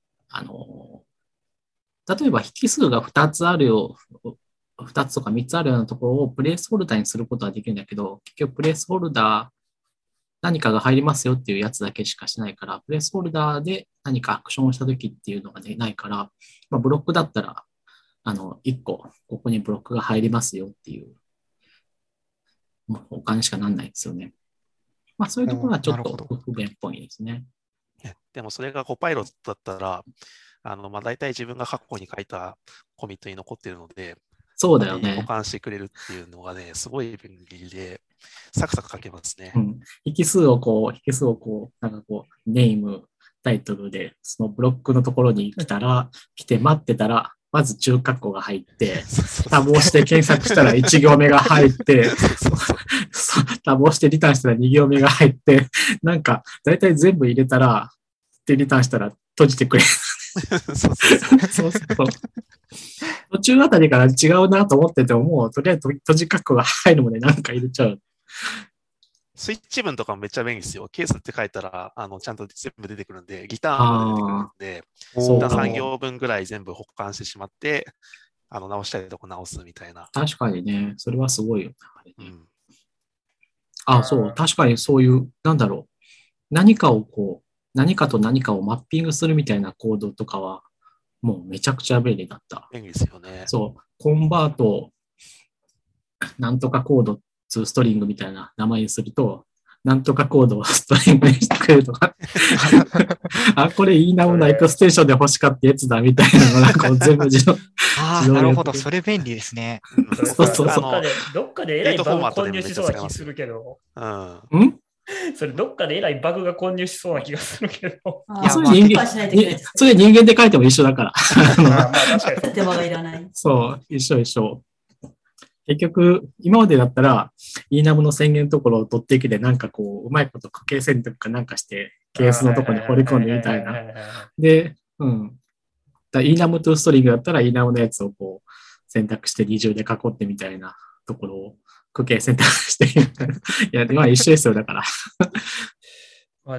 例えば引数が2つあるよ、2つとか3つあるようなところをプレイスホルダーにすることはできるんだけど、結局プレイスホルダー何かが入りますよっていうやつだけしかしないから、プレイスホルダーで何かアクションをしたときっていうのがないから、ブロックだったら、1個、ここにブロックが入りますよっていう、お金しかなんないですよね。そういうところはちょっと不便っぽいですね。 でもそれがコパイロットだったら、大体自分が過去に書いたコミットに残っているので、 そうだよね。 保管してくれるっていうのがね、すごい便利で、サクサク書けますね。 引数をなんかネーム、タイトルで、そのブロックのところに来て待ってたら、まず中括弧が入って、タブをして検索したら1行目が入って、タブをしてリターンしたら2行目が入って、なんか、だいたい全部入れたら、で、リターンしたら閉じてくれる。そう。途中あたりから違うなと思ってても、もうとりあえず閉じ括弧が入るまでなんか入れちゃう。 スイッチ文とかもめっちゃ便利ですよ。ケースって書いたら、ちゃんと全部出てくるんで、リターンまで出てくるんで、3行分ぐらい全部保管してしまって、直したいとこ直すみたいな。 確かにね、それはすごいよね。そう、確かにそういう、何かと何かをマッピングするみたいなコードとかは、もうめちゃくちゃ便利だった。 便利ですよね。 そう、コンバート、なんとかコード2ストリングみたいな名前にすると、なんとかコードをストリングにしてくれるとか、これいいなものエクステンションで欲しかったやつだみたいなのがこう全部自動。 なるほど、それ便利ですね。 そう。どっかで偉いバグ混入しそうな気するけど。それどっかで偉いバグが混入しそうな気がするけど。 それ人間で書いても一緒だから。 確かに手間がいらない。 そう、一緒。結局、今までだったら、イーナムの宣言のところを取ってきて、なんかこう、うまいこと家計選択かなんかして、ケースのところに掘り込んでみたいな。で、イーナムトゥーストリングだったら、イーナムのやつをこう、選択して二重で囲ってみたいなところを、区形選択してみたいな。いや、一緒ですよ、だから。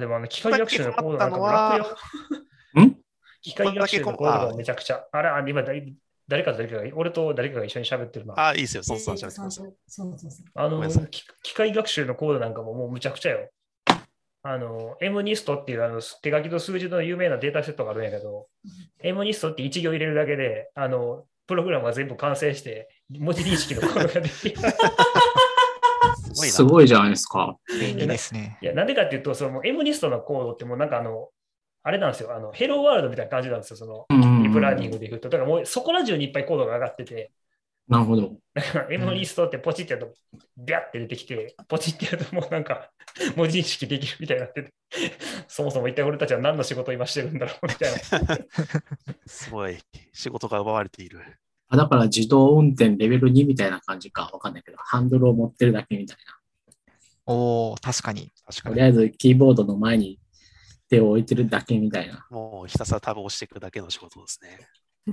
でも機械学習のコードなんかも楽よ。機械学習のコードがめちゃくちゃ。今誰かが、俺と誰かが一緒に喋ってるな。 いいですよ、そう喋ってます。 機械学習のコードなんかももうむちゃくちゃよ。MNIST っていう手書きと数字の有名なデータセットがあるんやけど、MNIST って1行入れるだけで、プログラムが全部完成して、文字認識のコードができる。 すごいじゃないですか。 便利ですね。 いや、なんでかっていうと、MNIST のコードってもうなんかあれなんですよ。ヘローワールドみたいな感じなんですよ。今ィープラーニングでいくと、だからもうそこら中にいっぱいコードが上がってて、 なるほど。 だから M リストってポチってやると、ビャって出てきて、ポチってやるともうなんか文字認識できるみたいになってて、そもそも一体俺たちは何の仕事を今してるんだろうみたいな。 すごい。仕事が奪われている。 だから自動運転レベル2みたいな感じかわかんないけど、ハンドルを持ってるだけみたいな。 おー、確かに。 とりあえずキーボードの前に手を置いてるだけみたいな。 もうひたすらタブを押していくだけの仕事ですね。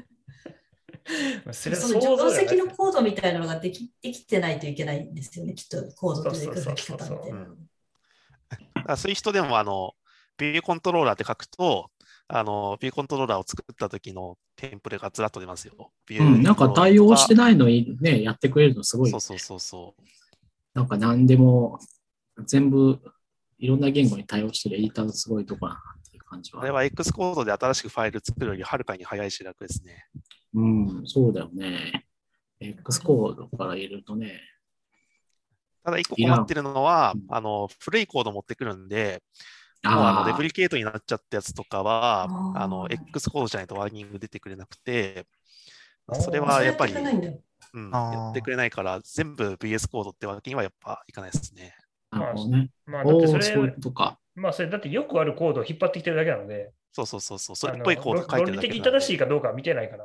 その自分席のコードみたいなのができてないといけないんですよね、きっとコードというか書き方みたいな。 そういう人でもビューコントローラーって書くと、ビューコントローラーを作った時のテンプレがずらっと出ますよ。 なんか対応してないのにね、やってくれるのすごい、ね。 そう。 なんか何でも全部いろんな言語に対応してるエディターのすごいところなっていう感じは。 あれは X コードで新しくファイル作るよりはるかに早いし楽ですね。 そうだよね。X コードから入れるとね。 ただ一個困ってるのは、古いコード持ってくるんで、もうデプリケートになっちゃったやつとかは、X コードじゃないとワーニング出てくれなくて、それはやっぱり、やってくれないから、全部 VS コードってわけにはやっぱいかないですね。 なるほどね。 だってそれ、 そういうことか。 それだってよくあるコードを引っ張ってきてるだけなので、 それっぽいコード書いてるだけ論理的に正しいかどうかは見てないから。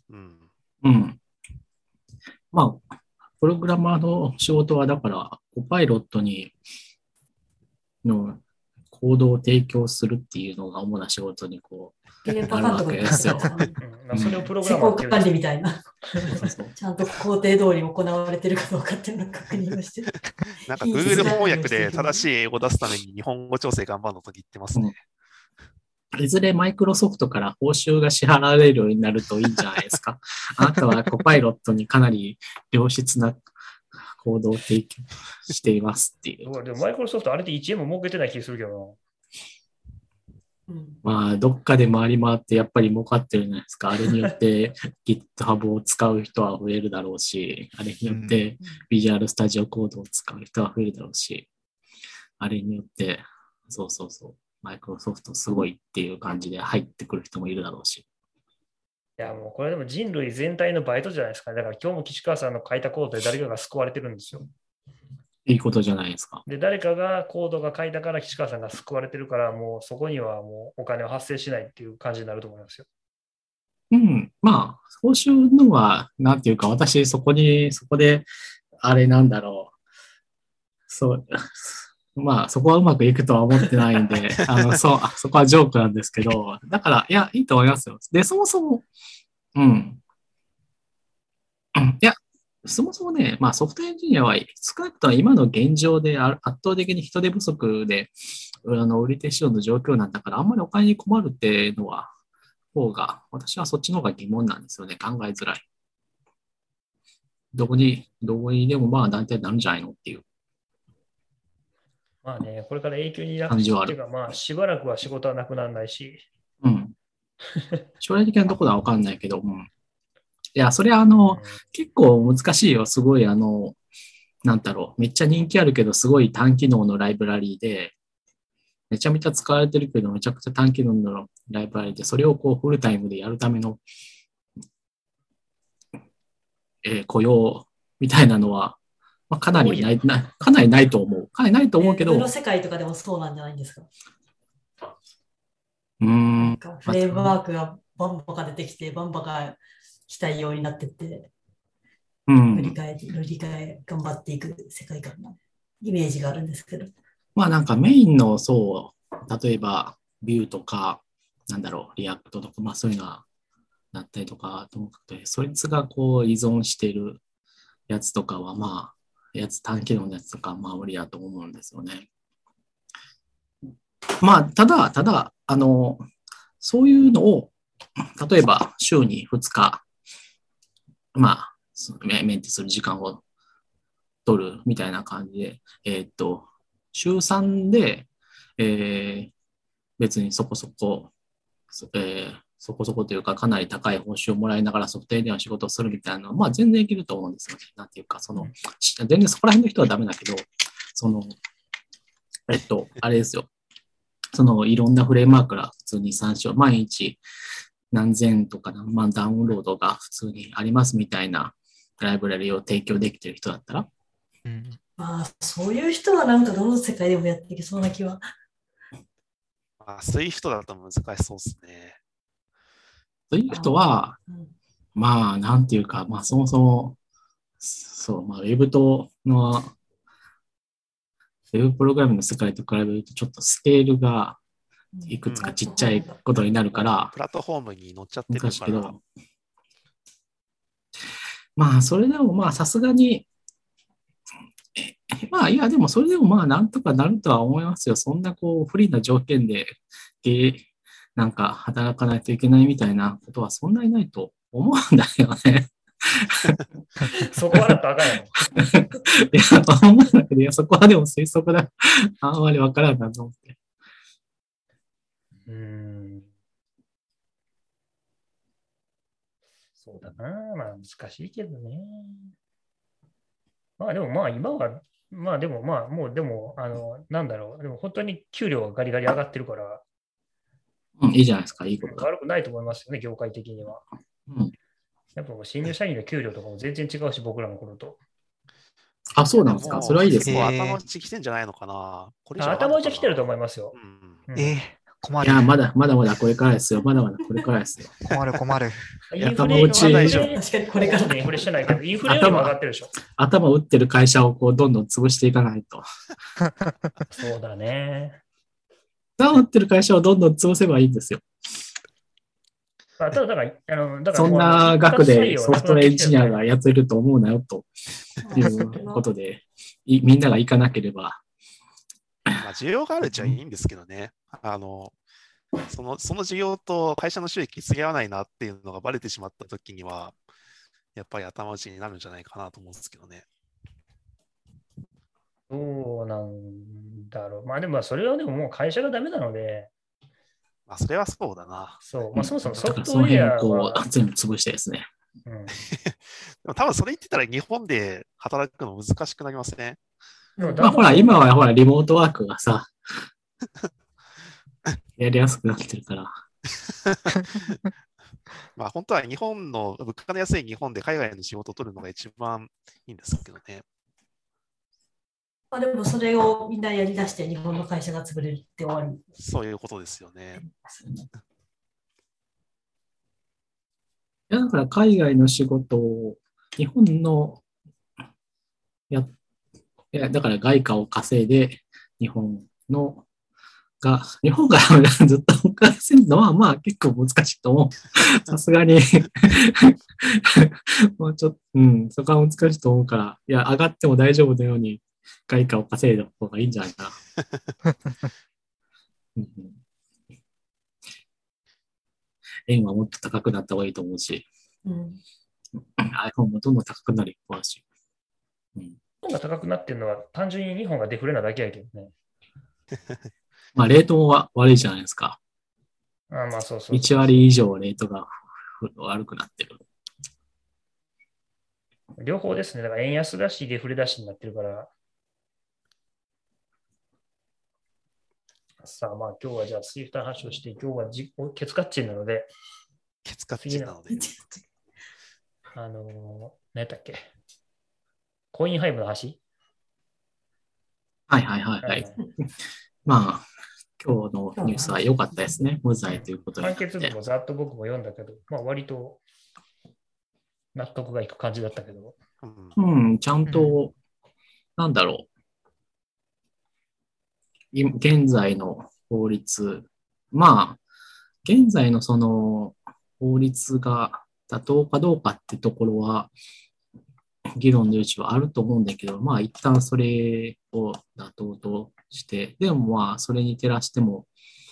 プログラマーの仕事はだから、コパイロットのコードを提供するっていうのが主な仕事になるわけですよ。 それをプログラマーっていう管理みたいな。ちゃんと工程通り行われてるかどうかっていうのを確認をしてる。 なんか Google 翻訳で正しい英語を出すために日本語調整頑張るのと言ってますね。 いずれマイクロソフトから報酬が支払われるようになるといいんじゃないですか。あなたはコパイロットにかなり良質なコードを提供していますっていう。 でもマイクロソフトあれで1円も儲けてない気するけどな。どっかで回り回ってやっぱり儲かってるじゃないですか。あれによって GitHub を使う人は増えるだろうし、あれによって Visual Studio Code を使う人は増えるだろうし、あれによって、マイクロソフトすごいっていう感じで入ってくる人もいるだろうし。 いや、もうこれでも人類全体のバイトじゃないですか。だから今日も岸川さんの書いたコードで誰かが救われてるんですよ。 いいことじゃないですか。 で、誰かがコードが書いたから岸川さんが救われてるから、もうそこにはもうお金を発生しないっていう感じになると思いますよ。 報酬のは、なんていうか、私、そこで、あれなんだろう。そこはうまくいくとは思ってないんで、そこはジョークなんですけど、だから、いや、いいと思いますよ。で、そもそもね、ソフトエンジニアは少なくとも今の現状で圧倒的に人手不足で、売り手市場の状況なんだから、あんまりお金に困るっていうのは、私はそっちの方が疑問なんですよね。考えづらい。どこにでも大体なるんじゃないのっていう。 これから永久になくっていうか、しばらくは仕事はなくならないし。 将来的なところは分かんないけど、いや、それは結構難しいよ。すごいなんだろう。めっちゃ人気あるけど、すごい単機能のライブラリーで、めちゃめちゃ使われてるけど、めちゃくちゃ単機能のライブラリーで、それをフルタイムでやるための、雇用みたいなのは、かなりないと思う。かなりないと思うけど。 の世界とかでもそうなんじゃないんですか。 フレームワークがバンバカ出てきて、バンバカしたいようになってって、塗り替え頑張っていく世界観のイメージがあるんですけど。 なんかメインの例えばビューとか、リアクトとか、そういうのがなったりとか、ともかくそいつが依存しているやつとかは、単機能のやつとか、無理だと思うんですよね。ただ、そういうのを、例えば週に2日、メンテする時間を取るみたいな感じで、週3で、別にそこそこというか、かなり高い報酬をもらいながらソフトウェアでの仕事をするみたいなのは、全然できると思うんですよね。なんていうか、全然そこら辺の人はダメだけど、あれですよ。いろんなフレームワークから普通に参照、毎日何千とか何万ダウンロードが普通にありますみたいなライブラリを提供できてる人だったら、 まあ、そういう人はなんかどの世界でもやっていけそうな気は。 まあ、そういう人だと難しそうですね。 そういう人は、まあ、なんていうか、まあ、そもそも、そう、まあ、ウェブプログラムの世界と比べると、ちょっとスケールがいくつかちっちゃいことになるから、 プラットフォームに乗っちゃってる難しいけから。 ど、まあ、それでもまあ、さすがに、まあ、いや、でもそれでもまあ、なんとかなるとは思いますよ。そんなこう、不利な条件で、なんか働かないといけないみたいなことはそんなにないと思うんだよね。 そこはだとあかんやろ。 いや、思うんだけど、いや、そこはでも推測だ。あんまりわからんなと思って。 そうだな。まあ難しいけどね。まあでもまあ今は、まあでもまあもうでも、なんだろう。でも本当に給料がガリガリ上がってるから、 うん、いいじゃないですか。いいことだ。 悪くないと思いますよね、業界的には。 うん、 やっぱ新入社員の給料とかも全然違うし、僕らの頃と。 あ、そうなんですか。それはいいですね。 ね。 頭打ち来てんじゃないのかな。これ頭打ち来てると思いますよ。 困る。 いや、まだまだこれからですよ。まだまだこれからですよ。 困る。 インフレ確かにこれからインフレしてないけど、インフレよりも上がってるでしょ。 頭打ってる会社をこうどんどん潰していかないと。 そうだね。 頭打ってる会社をどんどん潰せばいいんですよ。 ただからそんな額でソフトウェアエンジニアが雇えると思うなよということで、みんなが行かなければ。 まあ、需要があるっちゃいいんですけどね。その需要と会社の収益付き合わないなっていうのがバレてしまったときには、やっぱり頭打ちになるんじゃないかなと思うんですけどね。 どうなんだろう。まあでもそれはでももう会社がダメなので。 まあそれはそうだな。 そう。まあそもそもソフトウェアは。 その辺こう全部潰してですね。 でも多分それ言ってたら日本で働くの難しくなりますね。 まあほら、今はほらリモートワークがさ、やりやすくなってるから。 まあ本当は日本の物価の安い日本で海外の仕事を取るのが一番いいんですけどね。 まあでもそれをみんなやりだして日本の会社が潰れるって終わり。 そういうことですよね。 いやだから海外の仕事を日本のだから外貨を稼いで日本がずっと稼ぐのはまあ結構難しいと思う。さすがにもうちょっと、そこは難しいと思うから、いや、上がっても大丈夫なように外貨を稼いだ方がいいんじゃないかな。円はもっと高くなった方がいいと思うし、iPhone もどんどん高くなる一方だし。 日本が高くなってるのは単純に日本がデフレなだけやけどね。 まあ、レートも悪いじゃないですか。 まあそうそう。 1割以上レートが悪くなってる。 両方ですね。だから円安だし、デフレだしになってるから。さあ、まあ今日はじゃあSWIFTの話をして、今日はケツカッチンなので、 ケツカッチンなので。 何やったっけコインハイブの話はい。まあ、今日のニュースは良かったですね。無罪ということで。 判決文もざっと僕も読んだけど、まあ割と納得がいく感じだったけど。 ちゃんと、なんだろう。現在の法律、まあ、現在のその法律が妥当かどうかってところは、議論の余地はあると思うんだけど、まあ一旦それを妥当として、でもまあそれに照らしても、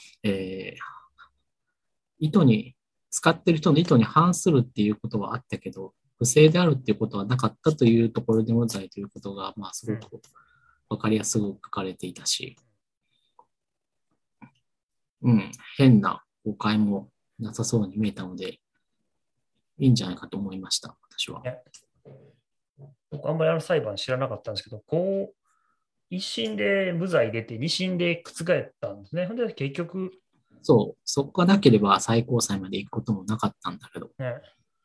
使ってる人の意図に反するっていうことはあったけど、不正であるっていうことはなかったというところで無罪ということが、まあすごくわかりやすく書かれていたし、変な誤解もなさそうに見えたので、いいんじゃないかと思いました、私は。 僕あんまり裁判知らなかったんですけど、こう、一審で無罪出て、二審で覆ったんですね。で、結局、 そう、そこがなければ最高裁まで行くこともなかったんだけど。 ね。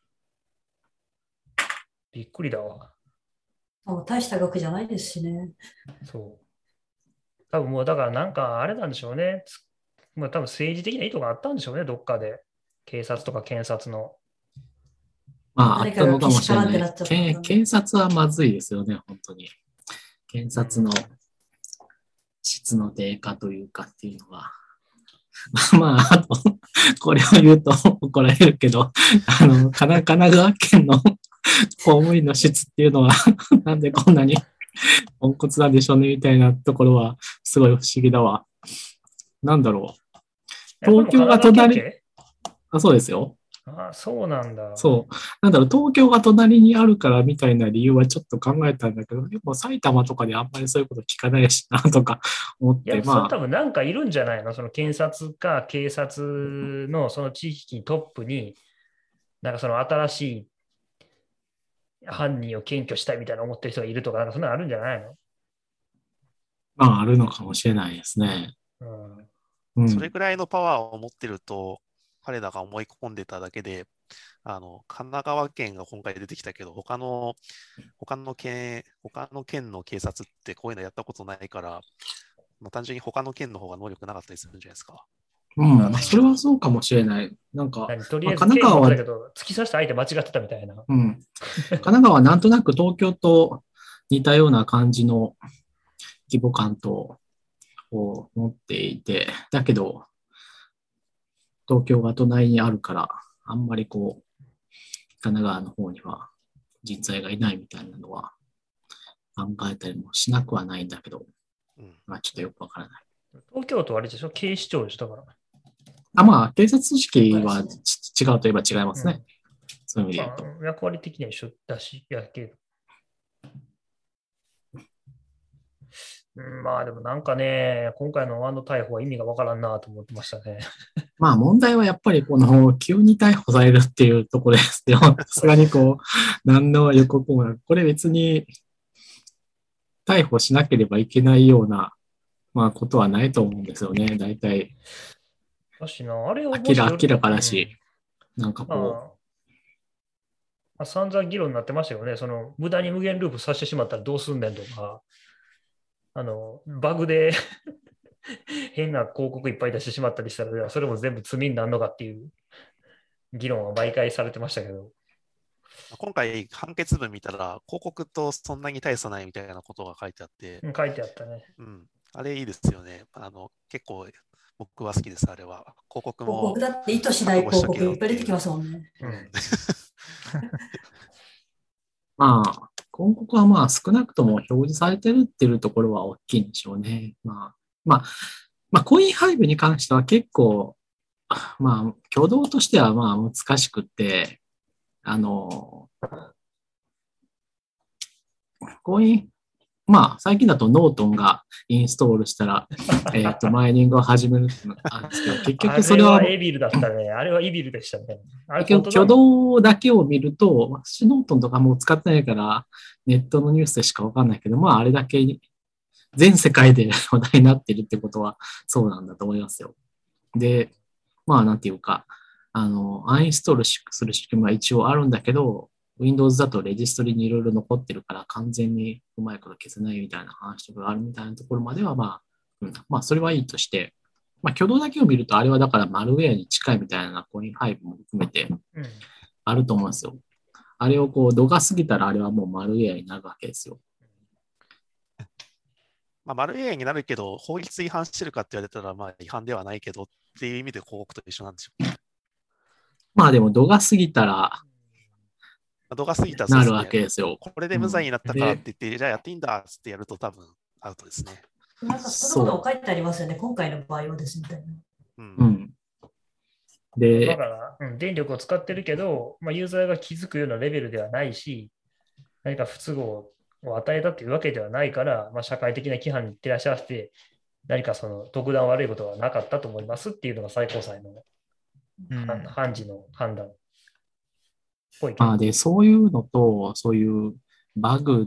びっくりだわ。 大した額じゃないですしね。 そう。多分もうだからなんかあれなんでしょうね。まあ、多分政治的な意図があったんでしょうね、どっかで。警察とか検察の。 まあ、あったのかもしれない。 誰かがけしからんってなっちゃったのかな。 検察はまずいですよね、本当に。検察の質の低下というかっていうのは。まあ、あと、これを言うと怒られるけど、神奈川県の公務員の質っていうのは、なんでこんなにポンコツなんでしょうね、みたいなところは、すごい不思議だわ。なんだろう。東京が隣、そうですよ。 ああ、そうなんだ。 そう。なんだろう、東京が隣にあるからみたいな理由はちょっと考えたんだけど、でも埼玉とかであんまりそういうこと聞かないしなとか思って、 いや、それ多分なんかいるんじゃないの、その検察か警察のその地域トップに、なんかその新しい犯人を検挙したいみたいな思ってる人がいるとか、なんかそんなのあるんじゃないの？ まあ、あるのかもしれないですね。 それぐらいのパワーを持ってると、彼らが思い込んでただけで、神奈川県が今回出てきたけど、他の県の警察ってこういうのやったことないから、まあ、単純に他の県の方が能力なかったりするんじゃないですか。 うん、それはそうかもしれない。なんか、 とりあえず、神奈川はだけど、突き刺した相手間違ってたみたいな。 うん。神奈川はなんとなく東京と似たような感じの規模感とを持っていて、だけど、東京が隣にあるから、あんまりこう、神奈川の方には人材がいないみたいなのは考えたりもしなくはないんだけど、まあちょっとよくわからない。 東京都はあれでしょ、警視庁でしょ、だから。 まあ、警察組織は違うといえば違いますね。そういう意味で言うと。 まあ、役割的には一緒だし、やけど。まあでもなんかね、今回の逮捕は意味がわからんなと思ってましたね。 まあ問題はやっぱりこの急に逮捕されるっていうところですよ。さすがにこう、何の予告もなく、これ別に逮捕しなければいけないような、まあことはないと思うんですよね。大体。 あれを明らかだし、なんかこう。散々議論になってましたよね。その無駄に無限ループさせてしまったらどうすんねんとか、バグで変な広告いっぱい出してしまったりしたら、それも全部罪になるのかっていう議論は毎回されてましたけど。 今回、判決文見たら、広告とそんなに大差ないみたいなことが書いてあって。 書いてあったね。 あれいいですよね。結構、僕は好きです、あれは。広告も。 広告だって意図しない広告いっぱい出てきますもんね。 まあ、広告はまあ少なくとも表示されてるっていうところは大きいんでしょうね。まあ、コインハイブに関しては結構、まあ、挙動としてはまあ難しくって、コイン、まあ、最近だとノートンがインストールしたら、マイニングを始めるっていうのがあるんですけど、結局それは。 あれはエビルだったね。あれはイビルでしたね。 結局、挙動だけを見ると、私ノートンとかもう使ってないから、ネットのニュースでしかわかんないけど、まあ、あれだけ全世界で話題になってるってことは、そうなんだと思いますよ。で、まあ、なんていうか、アンインストールする仕組みは一応あるんだけど、Windows だとレジストリにいろいろ残ってるから完全にうまいこと消せないみたいな話とかがあるみたいなところまではまあそれはいいとして、まあ挙動だけを見るとあれはだからマルウェアに近いみたいなコインハイブも含めてあると思うんですよ。あれをこう度が過ぎたらあれはもうマルウェアになるわけですよ。 まあ、マルウェアになるけど、法律違反してるかって言われたら、まあ違反ではないけどっていう意味で広告と一緒なんでしょう。 まあでも度が過ぎたら、 度が過ぎたらなるわけですよ。 これで無罪になったからって言って、じゃあやっていいんだってやると多分アウトですね。 なんかそんなこと書いてありますよね。今回の場合はですみたいな。で、 だから、電力を使ってるけど、まあ、ユーザーが気づくようなレベルではないし、何か不都合を与えたというわけではないから、まあ、社会的な規範に照らし合わせて、何かその特段悪いことはなかったと思いますっていうのが最高裁の判事の判断。 で、そういうのと、そういうバグ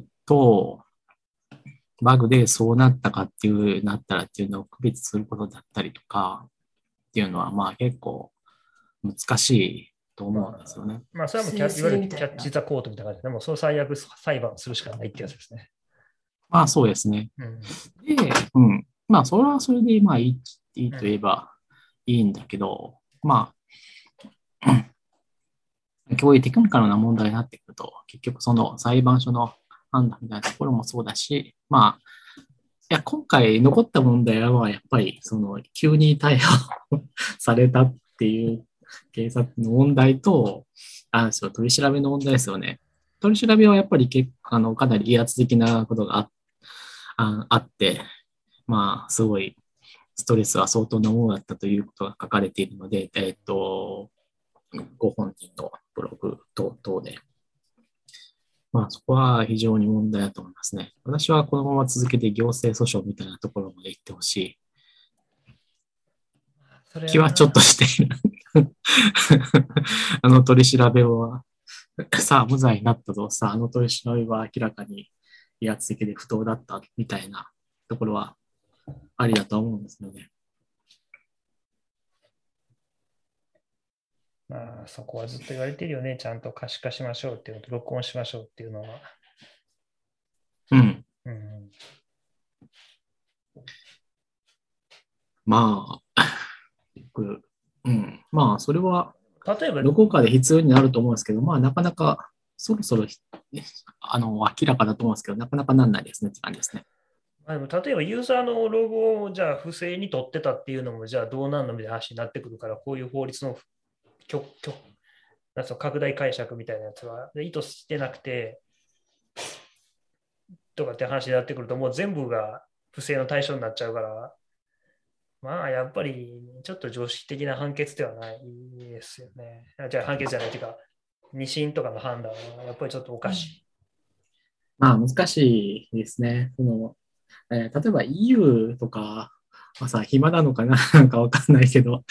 でそうなったかっていう、なったらっていうのを区別することだったりとか、っっていうのは、まあ結構難しいと思うんですよね。 まあ、それはもういわゆるキャッチ・ザ・コートみたいな感じで、もうその最悪裁判するしかないってやつですね。 まあそうですね。 うん、 で、まあそれはそれでまあいいと言えばいいんだけど、まあ、こういうテクニカルな問題になってくると、結局その裁判所の判断みたいなところもそうだし、まあ、いや、今回残った問題は、やっぱり、その、急に逮捕されたっていう警察の問題と、取り調べの問題ですよね。取り調べはやっぱりかなり威圧的なことがあって、まあ、すごい、ストレスは相当なものだったということが書かれているので、ご本人のブログ等々で。まあ、そこは非常に問題だと思いますね。私はこのまま続けて行政訴訟みたいなところまで行ってほしい気はちょっとしている。取り調べは、さあ、無罪になったぞ。さあ、取り調べは明らかに威圧的で不当だったみたいなところはありだと思うんですよね。 まあ、そこはずっと言われてるよね。ちゃんと可視化しましょうっていうのと、録音しましょうっていうのは。 まあ、まあ、それは、 例えば、 どこかで必要になると思うんですけど、まあ、なかなか、そろそろ、明らかだと思うんですけど、なかなかなんないですねって感じですね。 例えば、ユーザーのログをじゃあ不正に取ってたっていうのも、じゃあどうなんのみたいな話になってくるから、こういう法律の拡大解釈みたいなやつは意図してなくて、とかって話になってくると、もう全部が不正の対象になっちゃうから、まあ、やっぱりちょっと常識的な判決ではないですよね。じゃあ判決じゃないというか、二審とかの判断はやっぱりちょっとおかしい。 まあ、難しいですね。例えば EU とかはさ、暇なのかななんかわかんないけど、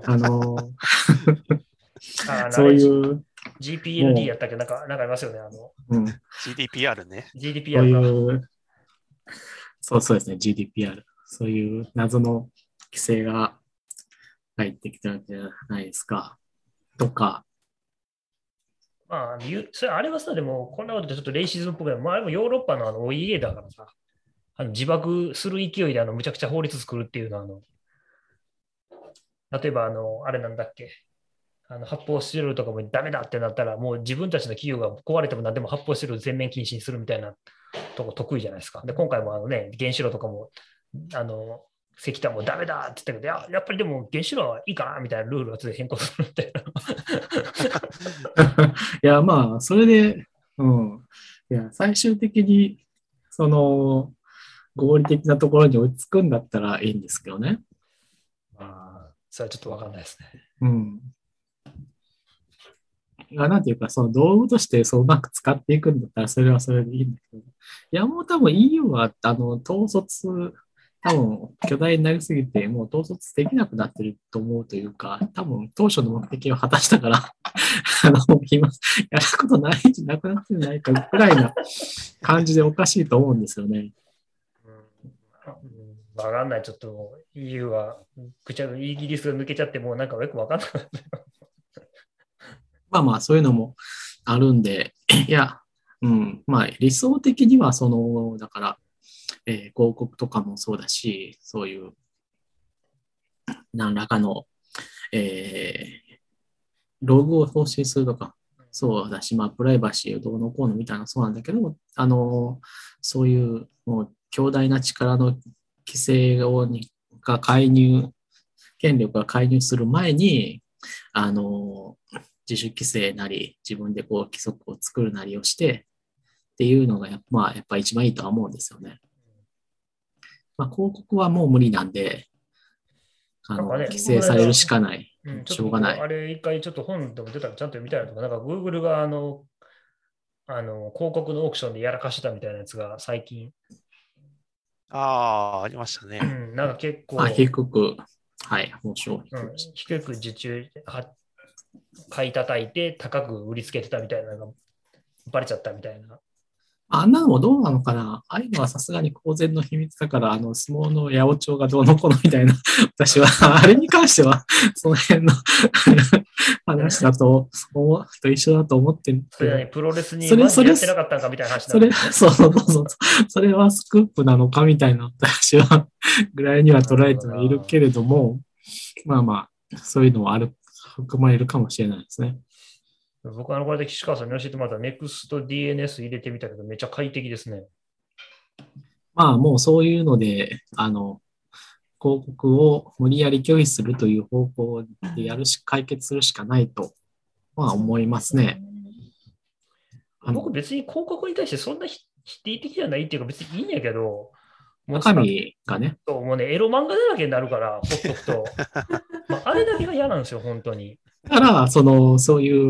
そういう。 GPLD やったっけなんかありますよね。 GDPR ね。 GDPR か。 そうですね、GDPR。そういう謎の規制が入ってきたんじゃないですか。とか。 まあ、あれはさ、でも、こんなことでちょっとレイシズムっぽくない。まあ、あれもヨーロッパのOEA だからさ、自爆する勢いでむちゃくちゃ法律作るっていうのは、例えばあれなんだっけ、発泡スチロールとかもダメだってなったら、もう自分たちの企業が壊れても何でも発泡スチロール全面禁止にするみたいなとこ得意じゃないですか。で、今回も原子炉とかも、石炭もダメだって言ったけど、やっぱりでも原子炉はいいかなみたいなルールを変更するみたいな。 いや、まあ、それで、いや、最終的に、合理的なところに追いつくんだったらいいんですけどね。 まあ、それはちょっとわかんないですね。なんていうか、その道具としてそううまく使っていくんだったら、それはそれでいいんだけど。いや、もう多分 EU は、統率、多分巨大になりすぎて、もう統率できなくなってると思うというか、多分当初の目的を果たしたから今、やることないんじゃなくなってないかぐらいな感じでおかしいと思うんですよね。 わかんない。ちょっと EU は、イギリスが抜けちゃって、もうなんかよくわかんない。 まあ、そういうのもあるんで、いや、まあ、理想的には、だから、広告とかもそうだし、そういう、何らかの、ログを送信するとか、そうだし、まあ、プライバシーをどうのこうのみたいなそうなんだけど、そういう、もう、強大な力の規制が権力が介入する前に、自主規制なり、自分で規則を作るなりをして、っていうのがやっぱ一番いいとは思うんですよね。まあ、広告はもう無理なんで、規制されるしかない。しょうがない。 あれ、一回ちょっと本でも出たらちゃんと読みたいなとか、なんか Google が広告のオークションでやらかしたみたいなやつが最近。 ありましたね。 なんか結構。 低く、はい、面白い。 低く受注、買い叩いて高く売りつけてたみたいなのがバレちゃったみたいな。 あんなのもどうなのかな。ああいうのはさすがに公然の秘密だから、相撲の八百長がどうのこうのみたいな、私は、あれに関しては、その辺の話だと一緒だと思ってるそれはね、プロレスにそれマジでやってなかったんかみたいな話なんですね。 そう。それはスクープなのかみたいな、私は、ぐらいには捉えてはいるけれども、まあ、そういうのは含まれるかもしれないですね。 僕はこれで岸川さんに教えてもらった NEXT DNS 入れてみたけど、めっちゃ快適ですね。 まあ、もうそういうので、広告を無理やり拒否するという方向で解決するしかないと、まあ思いますね。 僕別に広告に対してそんな否定的じゃないっていうか別にいいんやけど、 中身がね。 もうね、エロ漫画だらけになるから、ほっとくと。あれだけが嫌なんですよ、本当に。 だから、そういう、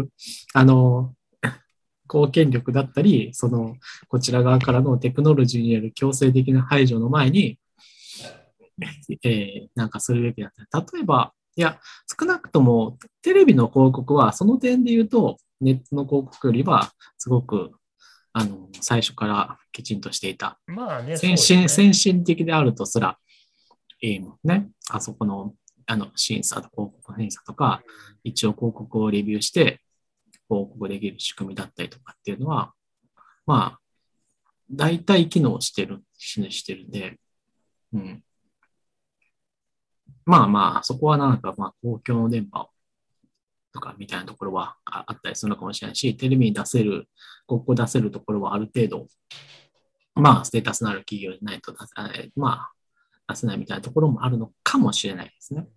公権力だったり、こちら側からのテクノロジーによる強制的な排除の前に、なんかするべきだった。例えば、いや、少なくともテレビの広告は、その点で言うと、ネットの広告よりは、すごく、最初からきちんとしていた。 まあね、 先進的であるとすら、いいもんね。あそこの、広告審査とか、一応広告をレビューして、広告できる仕組みだったりとかっていうのは、まあ、大体機能してるんで、うん。まあ、そこはなんか、公共の電波とかみたいなところはあったりするのかもしれないし、テレビに広告を出せるところはある程度、まあ、ステータスのある企業じゃないと出せないみたいなところもあるのかもしれないですね。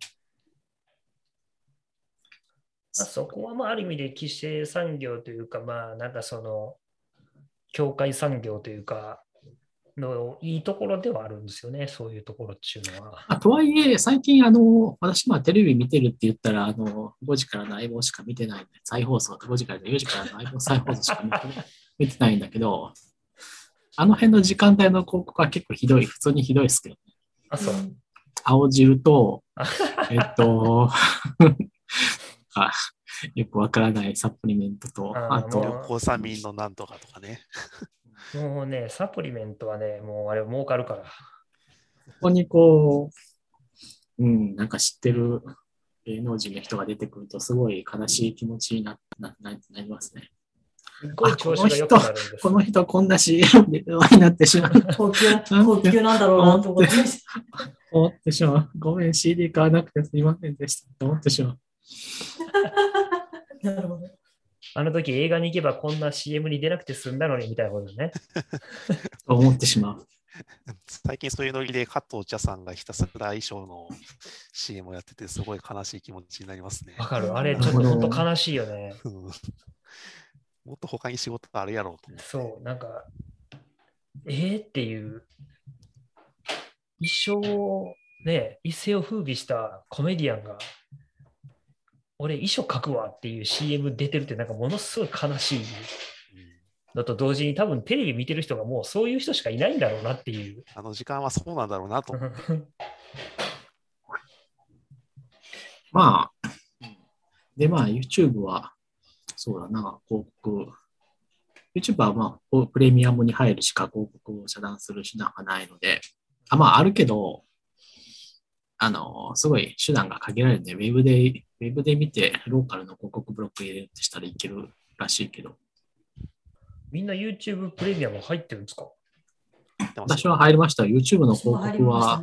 そこはある意味で規制産業というか、なんか境界産業というか、のいいところではあるんですよね、そういうところっていうのは。 とはいえ、最近、私、テレビ見てるって言ったら、5時からの相棒しか見てないんで、再放送、5時から4時からの相棒再放送しか見てないんだけど、あの辺の時間帯の広告は結構ひどい、普通にひどいですけどね。 あ、そう。 青汁と、よくわからないサプリメントと、 あと、グルコサミンのなんとかとかね。 もうね、サプリメントはね、もうあれ儲かるから。ここになんか知ってる芸能人の人が出てくると、すごい悲しい気持ちになりますね。 すごい調子が良くなるんです。 この人こんな CM でになってしまう。 高級なんだろうなと思ってしまう。ごめん、CD 買わなくてすいませんでしたと思ってしまう。 なるほど。 あの時映画に行けばこんな CM に出なくて済んだのにみたいなことね。 と思ってしまう。 最近そういうノリで加藤茶さんがひたすら衣装の CM をやっててすごい悲しい気持ちになりますね。 わかる。あれちょっと本当悲しいよね。 もっと他に仕事があるやろうと思って。 そう、なんか、っていう一世を風靡したコメディアンが俺、遺書書くわっていう CM 出てるってなんかものすごい悲しいのと同時に多分テレビ見てる人がもうそういう人しかいないんだろうなっていう。 あの時間はそうなんだろうなと。 で、YouTube は、そうだな、広告。YouTube はプレミアムに入るしか広告を遮断する手段がないので、あるけど、すごい手段が限られるんで、ウェブで見て、ローカルの広告ブロック入れるってしたらいけるらしいけど。 みんな YouTube プレミアム入ってるんですか？ 私は入りました。YouTube の広告は、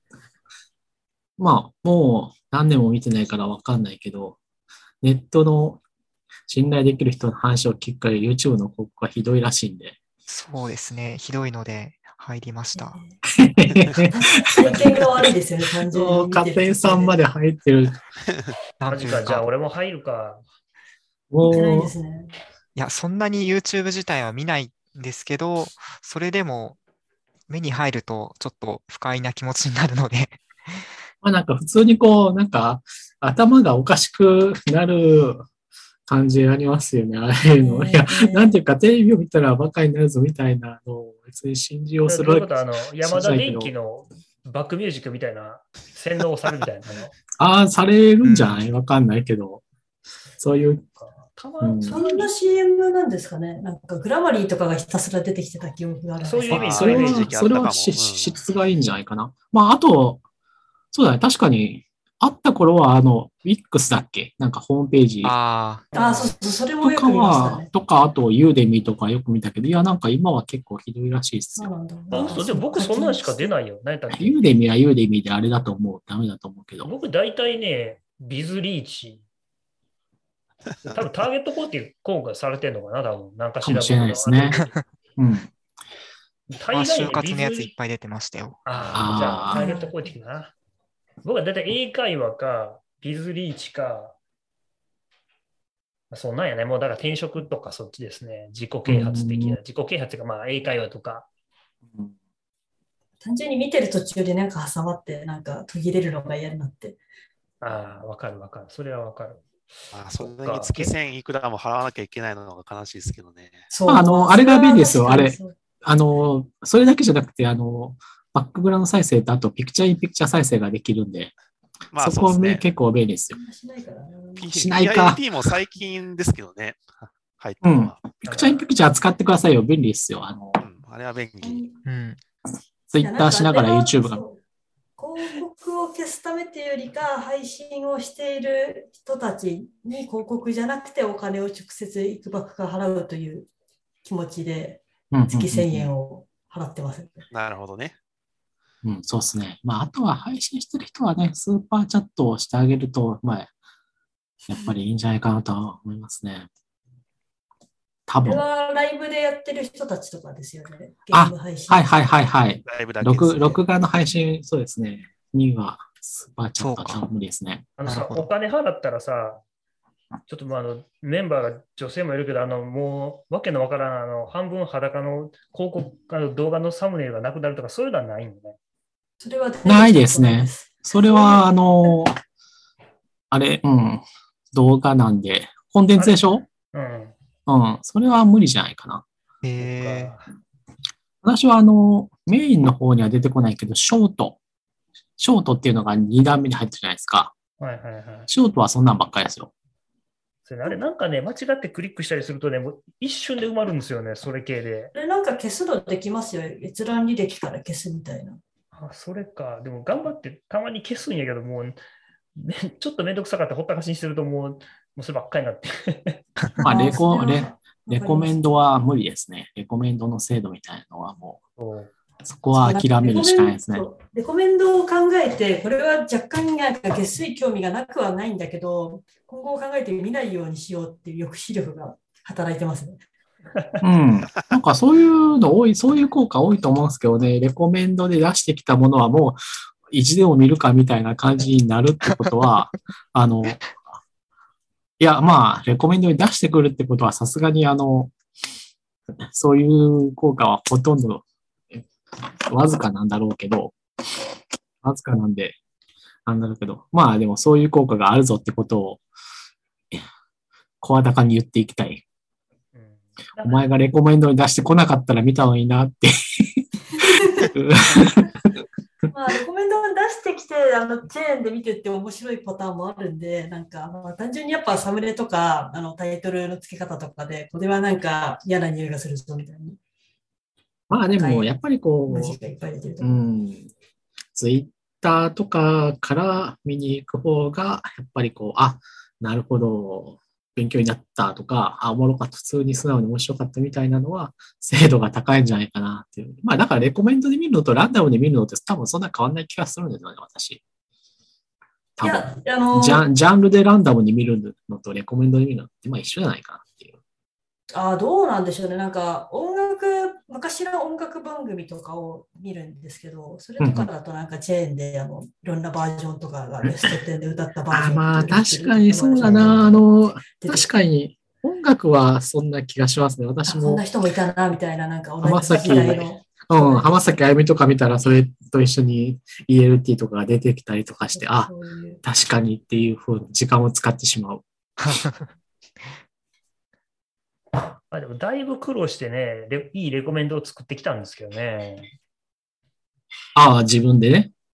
もう何年も見てないからわかんないけど、ネットの信頼できる人の話を聞くから YouTube の広告はひどいらしいんで。 そうですね。ひどいので入りました。 体験が悪いですよね、単純に。 家庭さんまで入ってる。 マジか、じゃあ俺も入るか。 見てないですね。 いや、そんなに YouTube 自体は見ないんですけど、それでも目に入るとちょっと不快な気持ちになるので。 なんか普通になんか頭がおかしくなる感じありますよね、ああいうの。いや、なんていうか、テレビを見たらバカになるぞみたいなのを別に信じようするわけ。 山田電機のバックミュージックみたいな、洗脳されるみたいなの。 されるんじゃないわかんないけど、そういうたまに、 そんな CM なんですかね。なんかグラマリーとかがひたすら出てきてた記憶があるんですそういう意味それは、それは質がいいんじゃないかな。まあ、あと、そうだね。確かに、あった頃は、WIX だっけなんかホームページそうそう、それもとかよく見ましたね。 あと、ユーデミとかよく見たけど、いや、なんか今は結構ひどいらしいですよ。 そうなんだ。 でも僕そんなんしか出ないよ。何だっけユーデミはユーデミであれだと思う。ダメだと思うけど。 僕大体ね、ビズリーチ。多分ターゲットコーティング効果されてるのかな多分。なんかかもしれないですね。うん。 まあ、就活のやついっぱい出てましたよ。 じゃあ、ターゲットコーティングな。僕は大体英会話か、ビズリーチか、そんなんやね。もうだから転職とかそっちですね。自己啓発的な。自己啓発がまあ英会話とか。 単純に見てる途中でなんか挟まって、なんか途切れるのが嫌になって。 わかる。それはわかる。 それに月1000いくらも払わなきゃいけないのが悲しいですけどね。 あれが便利ですよ。あれ。それだけじゃなくて、バックグラウンド再生とあとピクチャーインピクチャー再生ができるんで、そこは結構便利ですよ。 しないか。PIP も最近ですけどね。入ったのは。 ピクチャーインピクチャー使ってくださいよ。便利ですよ。 あれは便利。 Twitter しながら YouTube が。 広告を消すためっていうよりか、配信をしている人たちに広告じゃなくてお金を直接いくばくか払うという気持ちで月1000円を払ってます。 なるほどね。 そうですね。まあ、あとは配信してる人はね、スーパーチャットをしてあげると、まあ、やっぱりいいんじゃないかなと思いますね。多分。 これはライブでやってる人たちとかですよね。ゲーム配信。 はい。 ライブだけですね。 録画の配信、そうですね。にはスーパーチャットは多分無理ですね。 お金払ったらさ、ちょっとメンバーが女性もいるけど、もうわけのわからん半分裸の広告、動画のサムネイルがなくなるとか、そういうのはないんだね。 それはないですね。それは、動画なんで、コンテンツでしょ？それは無理じゃないかな。私はメインの方には出てこないけど、ショートっていうのが2段目に入ってるじゃないですか。ショートはそんなんばっかりですよ。 あれなんかね、間違ってクリックしたりするとね、もう一瞬で埋まるんですよね、それ系で。 なんか消すのできますよ。閲覧履歴から消すみたいな。 それか。でも頑張ってたまに消すんやけど、もう、ちょっとめんどくさかってほったらかしにしてるともうそればっかりになって。 まあ、レコメンドは無理ですね。レコメンドの精度みたいなのはもう、そこは諦めるしかないですね。 レコメンドを考えて、これは若干なんか下水興味がなくはないんだけど、今後を考えて見ないようにしようっていう抑止力が働いてますね。 なんかそういうの多い、そういう効果多いと思うんですけどね、レコメンドで出してきたものはもう意地でも見るかみたいな感じになるってことは、いや、まあ、レコメンドに出してくるってことはさすがにそういう効果はほとんどわずかなんだろうけど、わずかなんで、なんだろうけど、まあでもそういう効果があるぞってことを、声高に言っていきたい。お前がレコメンドに出してこなかったら見たのになって。 まあ、レコメンドを出してきて、チェーンで見てって面白いパターンもあるんで、なんか、単純にやっぱサムネとか、タイトルの付け方とかで、これはなんか嫌な匂いがするぞみたいに。 まあでも、やっぱりこう、ツイッターとかから見に行く方が、やっぱりこう、なるほど、勉強になったとか、おもろかった、普通に素直に面白かったみたいなのは、精度が高いんじゃないかなっていう。まあだからレコメンドで見るのとランダムで見るのって多分そんな変わんない気がするんですよね、私。多分。ジャンルでランダムに見るのとレコメンドで見るのって一緒じゃないかなっていう。 どうなんでしょうね。なんか昔の音楽番組とかを見るんですけど、それとかだとなんかチェーンでいろんなバージョンとかがベスト10で歌ったバージョン。 まあ確かにそうだな。確かに音楽はそんな気がしますね。私も。 そんな人もいたな、みたいな、なんか同じ時代の。浜崎あゆみとか見たらそれと一緒に ELT とかが出てきたりとかして、確かにっていう風に時間を使ってしまう。 でもだいぶ苦労してね、いいレコメンドを作ってきたんですけどね。 自分でね。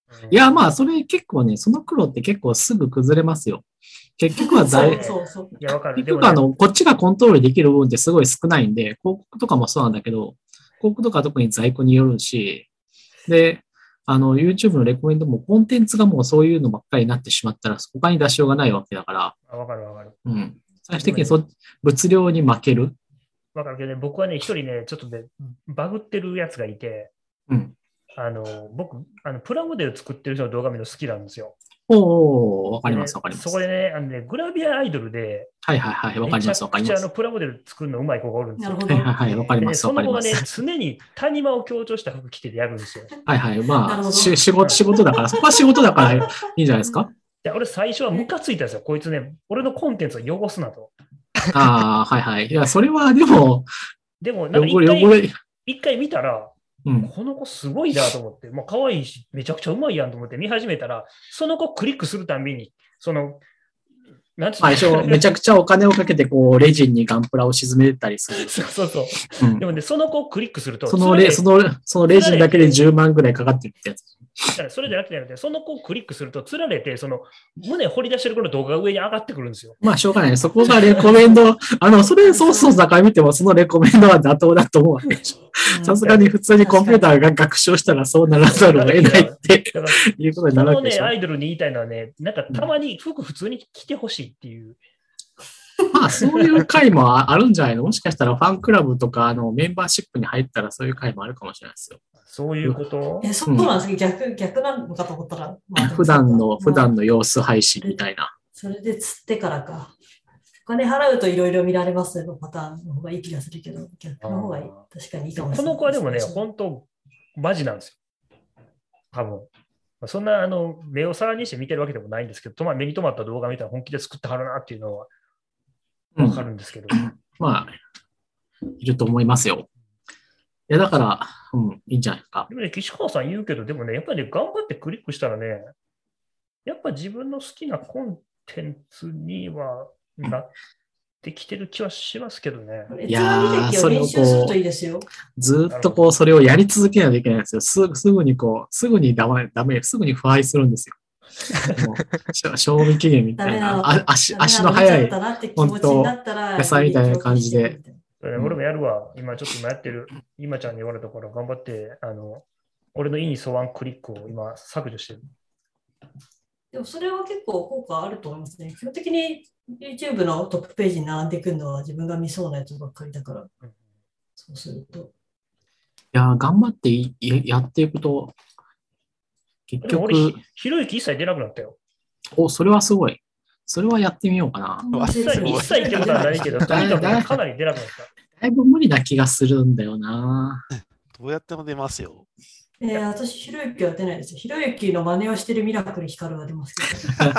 いや、まあ、それ結構ね、その苦労って結構すぐ崩れますよ。結局はそういや、わかる。 結局こっちがコントロールできる部分ってすごい少ないんで、広告とかもそうなんだけど、広告とかは特に在庫によるし、で、YouTube のレコメンドもコンテンツがもうそういうのばっかりになってしまったら、他に出しようがないわけだから、 わかるわかる。 うん。最終的に物量に負ける。 わかるけどね、僕はね、一人ね、ちょっとね、バグってるやつがいて、 うん。 僕、プラモデル作ってる人の動画見るの好きなんですよ。 わかります、わかります。 そこでね、グラビアアイドルで、 はいはいはい、わかります、わかります。 めちゃくちゃプラモデル作るのうまい子がおるんですよ。 はいはいはい、わかります、 その子がね、常に谷間を強調した服着てやるんですよ。 はいはい、まあ、仕事だから、そこは仕事だからいいんじゃないですか。 いや、俺最初はムカついたんですよ。こいつね、俺のコンテンツを汚すなと。 ああ、はいはい。いや、それはでも、 なんか一回見たら、この子すごいなと思って、まあ、可愛いし、めちゃくちゃうまいやんと思って見始めたら、その子クリックするたびに、 なんつうめちゃくちゃお金をかけて、レジンにガンプラを沈めたりする。 そう。でもね、その子をクリックすると、 そのレジンだけで10万ぐらいかかってるってやつ。 それじゃなくて、その子をクリックすると、つられて、胸掘り出してる子の動画が上に上がってくるんですよ。 まあ、しょうがない。そこがレコメンド、そうだから見ても、そのレコメンドは妥当だと思うわけでしょ。さすがに普通にコンピューターが学習したらそうならざるを得ないっていうことになるわけでしょ。 このね、アイドルに言いたいのはね、なんかたまに服普通に着てほしいっていう。 まあ、そういう回もあるんじゃないの？もしかしたらファンクラブとかメンバーシップに入ったらそういう回もあるかもしれないですよ。 そういうこと？ そうなんですけど、逆なのかと思ったら。 普段の様子配信みたいな。 それで釣ってからか。お金払うといろいろ見られますのパターンの方がいい気がするけど、逆の方が確かにいいかもしれない。 この子はでもね、本当、マジなんですよ。多分。そんな目を皿にして見てるわけでもないんですけど、目に留まった動画見たら本気で作ってはるなっていうのはわかるんですけど。 まあ、いると思いますよ。いや、だから、いいんじゃないですか。 でもね、岸川さん言うけど、でもね、やっぱりね、頑張ってクリックしたらね、やっぱ自分の好きなコンテンツにはなってきてる気はしますけどね。 いやー、 それをずっとそれをやり続けないといけないんですよ。すぐにダメ、すぐに腐敗するんですよ。賞味期限みたいな、足の速い、本当野菜みたいな感じで。 俺もやるわ。今やってる、今ちゃんに言われたから頑張って、俺の意に沿わんクリックを今削除してる。 でもそれは結構効果あると思いますね。基本的に YouTube のトップページに並んでくるのは自分が見そうなやつばっかりだから、そうすると。いや、頑張ってやっていくと、結局。 俺、ひろゆき一切出なくなったよ。 それはすごい。それはやってみようかな。 一切ってことはないけど、とにかくかなり出なくなった。 だいぶ無理な気がするんだよな。 どうやっても出ますよ。 私、ひろゆきは出ないですよ。ひろゆきの真似をしてるミラクルヒカルは出ますけ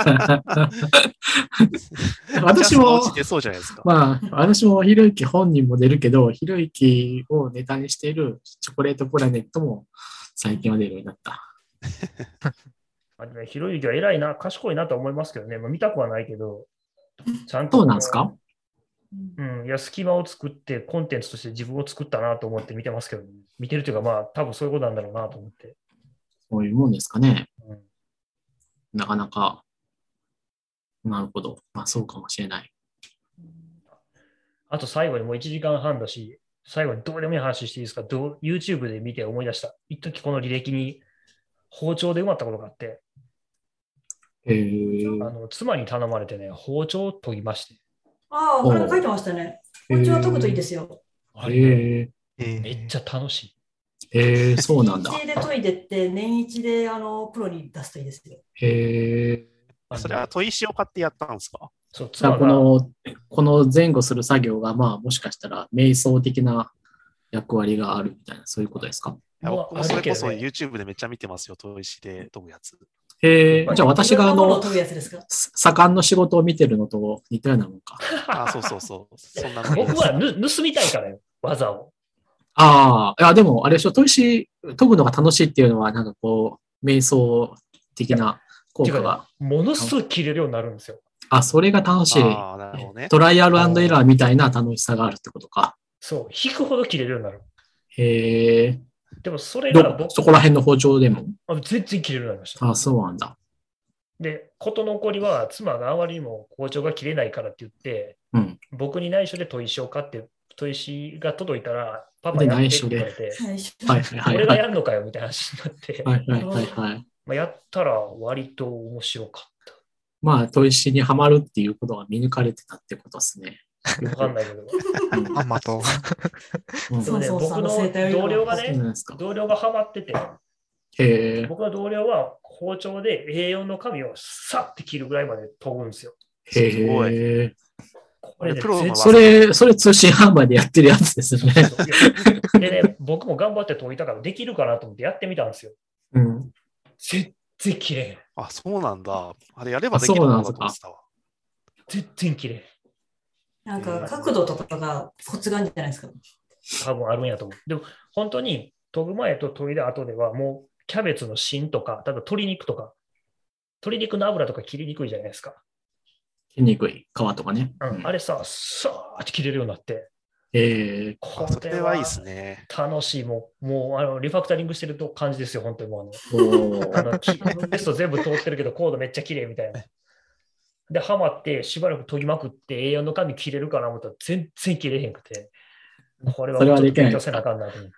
ど。 私も、 まあ、私もひろゆき本人も出るけど、ひろゆきをネタにしているチョコレートプラネットも最近は出るようになった。 ひろゆきは偉いな、賢いなと思いますけどね。見たくはないけど、ちゃんと。 そうなんですか？ いや、隙間を作ってコンテンツとして自分を作ったなと思って見てますけど、ね、見てるというか、多分そういうことなんだろうなと思って。 そういうもんですかね。なかなか、なるほど。そうかもしれない。 あと最後にもう1時間半だし、最後にどうでもいい話していいですか？YouTube で見て思い出した。一時この履歴に包丁で埋まったことがあって、妻に頼まれてね、包丁を研ぎまして。 これ書いてましたね。包丁は研ぐといいですよ。 めっちゃ楽しい。そうなんだ。 年一で研いでって、年一でプロに出すといいですよ。 それは砥石を買ってやったんですか？ そう、 この前後する作業が、もしかしたら瞑想的な役割があるみたいな、そういうことですか？ それこそ YouTube でめっちゃ見てますよ、砥石で研ぐやつ。 じゃあ私が左官の仕事を見てるのと似たようなもんか。 そう。そんな僕は盗みたいからよ、技を。 でもあれでしょ、砥石研ぐのが楽しいっていうのは、なんか瞑想的な効果が。 ものすごい切れるようになるんですよ。 それが楽しい。トライアル&エラーみたいな楽しさがあるってことか。 そう、引くほど切れるようになる。 でもそれがそこら辺の包丁でも全然切れるようになりました。 あ、そうなんだ。 で、事の起こりは、妻があまりにも包丁が切れないからって言って、僕に内緒で砥石を買って、砥石が届いたら、パパやってって言われて、俺がやるのかよみたいな話になって、やったら割と面白かった。 まあ、砥石にはまるっていうことが見抜かれてたってことですね。 わかんないけど。 あんまと。 でもね、僕の同僚がね、同僚がハマってて、僕の同僚は包丁で A4 の紙をさって切るぐらいまで研ぐんですよ。 すごい。 これね、 それ通信販売でやってるやつですね。 でね、僕も頑張って研いたからできるかなと思ってやってみたんですよ。全然切れへん。 あ、そうなんだ。あれやればできるものだと思ってたわ。 全然切れへん。 なんか角度とかがコツがあるんじゃないですか。 多分あるんやと思う。でも本当に研ぐ前と研いだ後ではもうキャベツの芯とか、例えば鶏肉とか、鶏肉の油とか切りにくいじゃないですか。 切りにくい皮とかね。 あれさーって切れるようになって。 それはいいですね。 楽しい。もうリファクタリングしてると感じですよ、本当にもうテスト全部通ってるけど、コードめっちゃ綺麗みたいな。で、ハマってしばらく研ぎまくって A4 の紙切れるかな思ったら全然切れへんくて、これはちょっと勉強せなあかんなと思って。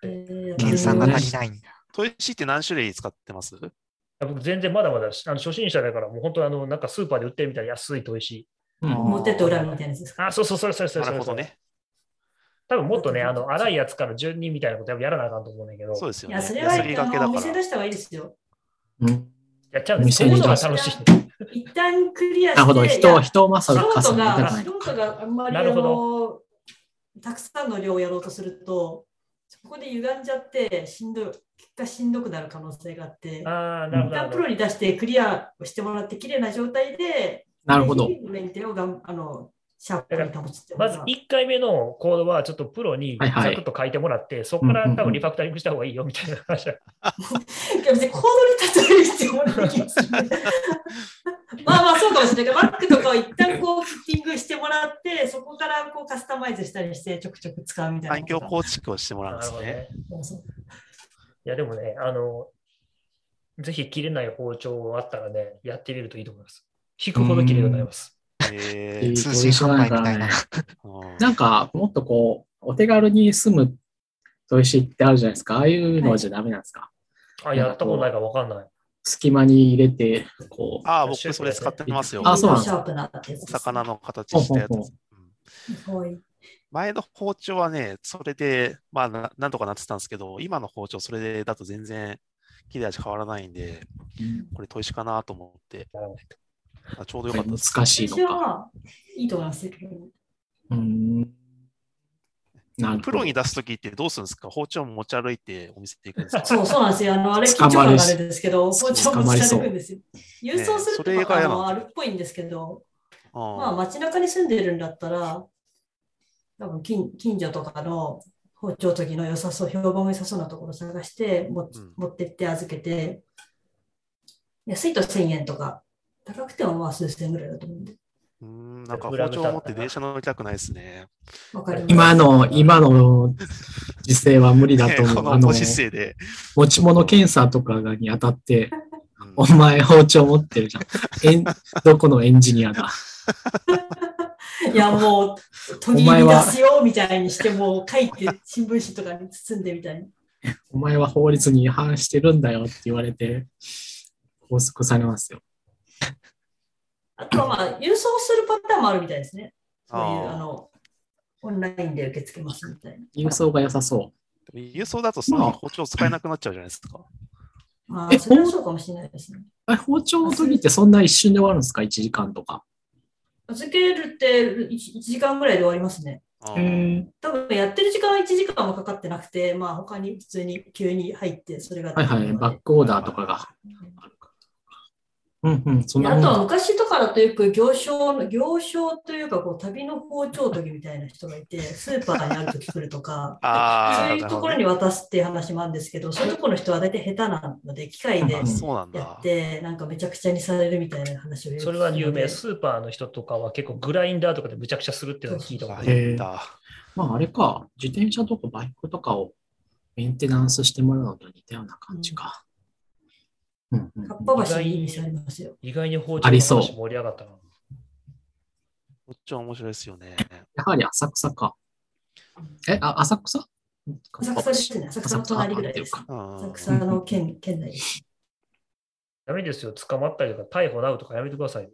計算が足りないんだ。 砥石って何種類使ってます？ 僕全然まだまだ初心者だから、もう本当なんかスーパーで売ってるみたいな安い砥石。 持ってって裏みたいなやつですか？ あ、そう。なるほどね。 多分もっとね、粗いやつから順にみたいなことやらなあかんと思うんだけど。 そうですよね。 いや、それはお店出した方がいいですよ。 やっちゃうんです。楽しい。 一旦クリアして。 なるほど、人を勝る素人があんまりたくさんの量をやろうとすると、そこで歪んじゃって結果しんどくなる可能性があって、一旦プロに出してクリアをしてもらって綺麗な状態で、 なるほど。 メンテをシャープに保つってまず1回目のコードはちょっとプロにざくっと書いてもらって、そこから多分リファクタリングした方がいいよみたいな話。 別にコードに例える必要もない気がする。まあそうかもしれないけど、Mac とかを一旦こうフィッティングしてもらって、そこからこうカスタマイズしたりしてちょくちょく使うみたいな。 環境構築をしてもらうんですね。 いやでもね、ぜひ切れない包丁あったらね、やってみるといいと思います。引くほど切れるようになります。 通信販売みたいな。 なんか、もっとこう、お手軽に済む砥石ってあるじゃないですか。ああいうのじゃダメなんですか？ やったことないから分かんない。 隙間に入れて、こう。 僕それ使ってますよ。 そうなんですか。魚の形したやつ。前の包丁はね、それで、なんとかなってたんですけど、今の包丁、それだと全然切れ味変わらないんで、これ砥石かなと思って。ちょうどよかったです。 難しいのか。 いいと思いますけど。 プロに出すときってどうするんですか？包丁持ち歩いてお店で行くんですか？ そうなんですよ。あれ、緊張感があるんですけど、包丁持ち歩くんですよ。郵送するとあるっぽいんですけど、街中に住んでるんだったら、多分近所とかの包丁研ぎの評判が良さそうなところを探して持ってって預けて、安いと1000円とか、高くても数千円ぐらいだと思うんで。 なんか包丁を持って電車乗りたくないですね。 今の時勢は無理だと思う。持ち物検査とかに当たって、お前包丁持ってるじゃん。どこのエンジニアだ。 いやもう、研ぎに出すよみたいにして、もう書いて新聞紙とかに包んでみたいな。 お前は法律に違反してるんだよって言われて、拘束されますよ。 あとは郵送するパターンもあるみたいですね。そういうオンラインで受け付けますみたいな。 郵送が良さそう。 郵送だとその包丁使えなくなっちゃうじゃないですか。 それはそうかもしれないですね。 包丁の時ってそんな一瞬で終わるんですか？ 1 時間とか。 預けるって1時間ぐらいで終わりますね。多分やってる時間は1時間もかかってなくて、他に普通に急に入って、それが。 バックオーダーとかがあるか。あとは昔とかだとよく行商というか旅の包丁研ぎみたいな人がいて、スーパーにあるとき来るとか、そういうところに渡すっていう話もあるんですけど、そういうところの人は大体下手なので、機械でやって、なんかめちゃくちゃにされるみたいな話をそれは有名。スーパーの人とかは結構グラインダーとかでむちゃくちゃするっていうのを聞いたことある。 あれか、自転車とかバイクとかをメンテナンスしてもらうのと似たような感じか。 かっぱ橋にいい店ありますよ。 意外に包丁の話盛り上がったな。 こっちは面白いですよね。 やはり浅草か。浅草浅草ですね。浅草の隣ぐらいです。浅草の県内です。 ダメですよ。捕まったりとか、逮捕なうとかやめてください。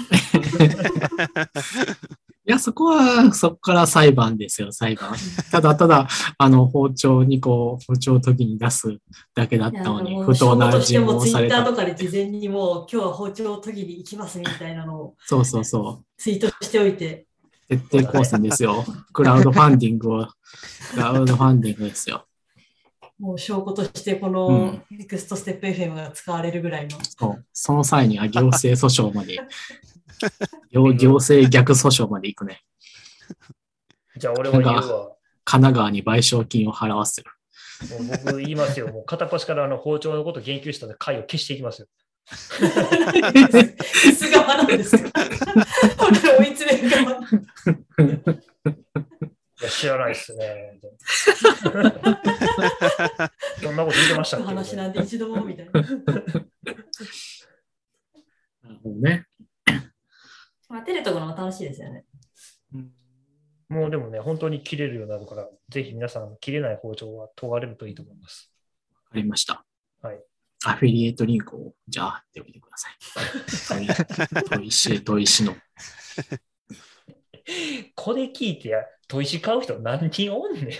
いや、そこから裁判ですよ、裁判。ただ、包丁を時に出すだけだったのに、不当な尋問をされた。 ツイッターとかで事前にもう、今日は包丁を研ぎに行きますみたいなのを、 そう。 ツイートしておいて。 徹底抗戦ですよ。クラウドファンディングですよ。もう証拠としてこのネクストステップ FM が使われるぐらいの。 その際には行政訴訟まで、行政逆訴訟まで行くね。 じゃあ俺は言うわ。 神奈川に賠償金を払わせる。 もう僕言いますよ。もう片っ端から包丁のこと言及したので回を消していきますよ。 消す側なんですか？追い詰める側。 いや知らないっすね。そんなこと言ってましたっけ？ 話なんで一度もみたいな。 なるほどね。 テレとかのが楽しいですよね。 もうでもね、本当に切れるようになるから、ぜひ皆さん、切れない包丁は問われるといいと思います。 わかりました。 はい。 アフィリエイトリンクをじゃあ貼っておいてください。砥石の。 これ聞いて砥石買う人何人おんねん。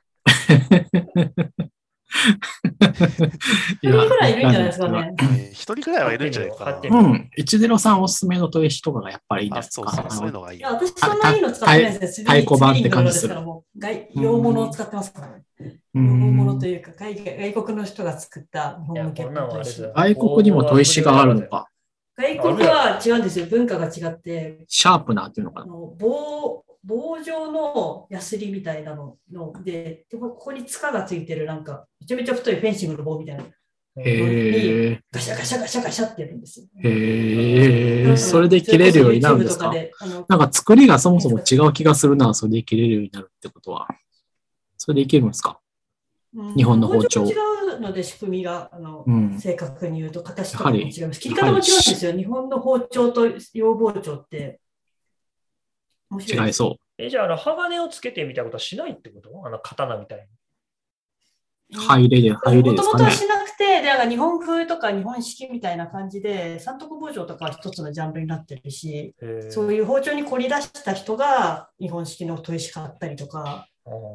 一人ぐらいいるんじゃないですかね。 一人ぐらいはいるんじゃないかな。 103おすすめの砥石とかがやっぱりいいんですか？ そういうのがいい。 私そんないいの使ってないですね。 太鼓判って感じする。 洋物を使ってますからね。洋物というか外国の人が作った日本向けの砥石。 外国にも砥石があるのか。 外国は違うんですよ。文化が違って。 シャープナーっていうのかな。 棒状のヤスリみたいなので、ここに塚がついてるなんかめちゃめちゃ太いフェンシングの棒みたいなのにガシャガシャガシャガシャってやるんですよ。 それで切れるようになるんですか？なんか作りがそもそも違う気がするな、それで切れるようになるってことは。それでいけるんですか？日本の包丁。 違うので仕組みが正確に言うと形とかも違います。切り方も違うんですよ。日本の包丁と洋包丁って。 違いそう。 じゃあ、鋼をつけてみたいなことはしないってこと？刀みたいに。入れですかね。 もともとはしなくて、日本風とか日本式みたいな感じで、三徳包丁とかは一つのジャンルになってるし、そういう包丁に凝り出した人が日本式の砥石買ったりとか、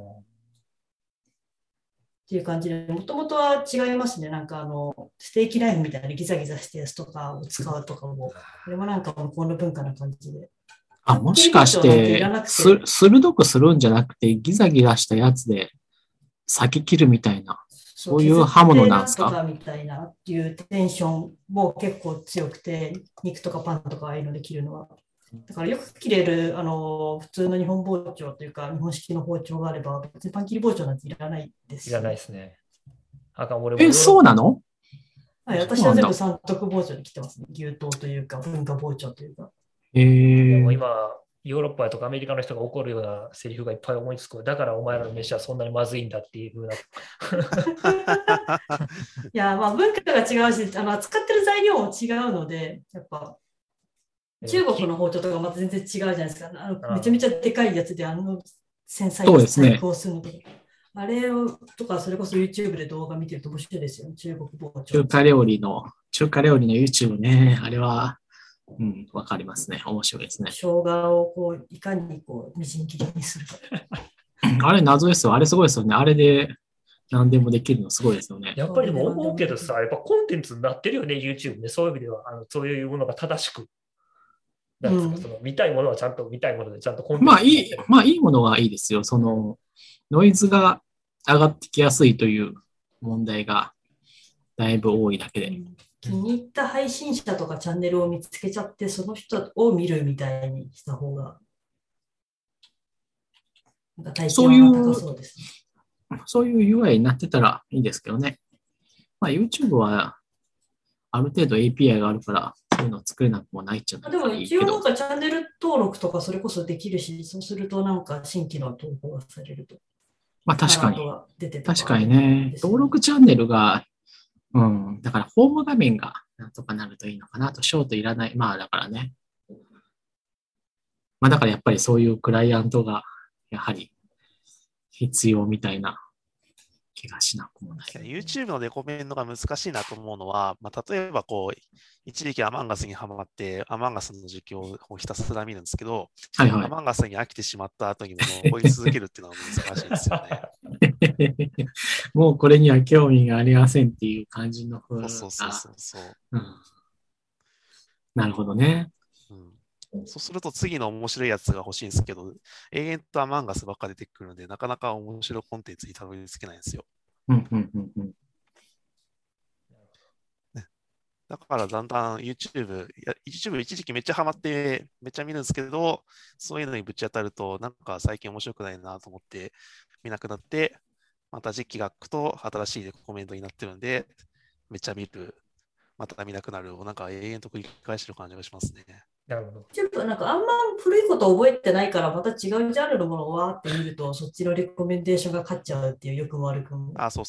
っていう感じで、もともとは違いますね。ステーキナイフみたいなギザギザしたやつとかを使うとかも、これもこの文化な感じで。 もしかして、鋭くするんじゃなくて、ギザギザしたやつで裂き切るみたいな、そういう刃物なんですか？ みたいなっていうテンションも結構強くて、肉とかパンとかああいうので切るのは。だからよく切れる普通の日本包丁というか、日本式の包丁があれば、別にパン切り包丁なんていらないです。 いらないですね。 そうなの？ はい、私は全部三徳包丁で切ってますね。牛刀というか、文化包丁というか。 でも今、ヨーロッパとかアメリカの人が怒るようなセリフがいっぱい思いつく。だからお前らの飯はそんなにまずいんだっていう風な。いや、文化が違うし、使ってる材料も違うので、やっぱ、中国の包丁とかまた全然違うじゃないですか。めちゃめちゃでかいやつで、繊細な細工をするのとか。あれとか、それこそ YouTube で動画見てると面白いですよ、中国包丁。 中華料理の YouTube ね、あれは、わかりますね。面白いですね。 生姜をいかにみじん切りにするか。 あれ謎ですよ。あれすごいですよね。あれで何でもできるのすごいですよね。 やっぱりでも思うけどさ、やっぱコンテンツになってるよね、YouTube ね。そういう意味では、そういうものが正しく。見たいものはちゃんと見たいものでちゃんとコンテンツ。 いいものはいいですよ。ノイズが上がってきやすいという問題がだいぶ多いだけで。 気に入った配信者とかチャンネルを見つけちゃって、その人を見るみたいにした方が、 そういう UI になってたらいいですけどね。YouTube はある程度 API があるから、そういうのを作れなくもないっちゃないけど。 でも一応チャンネル登録とかそれこそできるし、そうすると新規の投稿がされると。 まあ確かに。 が出てとか確かにね。登録チャンネルが、だからホーム画面がなんとかなるといいのかなと、ショートいらない。まあだからね。まあだからやっぱりそういうクライアントがやはり必要みたいな気がしなくもない。 YouTube のレコメンドが難しいなと思うのは、例えば一時期アマンガスにハマって、アマンガスの実況をひたすら見るんですけど、アマンガスに飽きてしまった後にも追い続けるっていうのは難しいですよね。 もうこれには興味がありませんっていう感じの風が。 そう。 なるほどね。 そうすると次の面白いやつが欲しいんですけど、永遠とアマンガスばっか出てくるので、なかなか面白いコンテンツにたどり着けないんですよ。だからだんだん YouTube 一時期めっちゃハマってめっちゃ見るんですけど、そういうのにぶち当たると、なんか最近面白くないなと思って見なくなって、また時期が空くと新しいコメントになってるんで、めっちゃ見る、また見なくなるをなんか永遠と繰り返してる感じがしますね。 なるほど。 ちょっとなんかあんま古いこと覚えてないから、また違うジャンルのものをわーって見ると、そっちのレコメンデーションが勝っちゃうっていうよくも悪くも。 そう。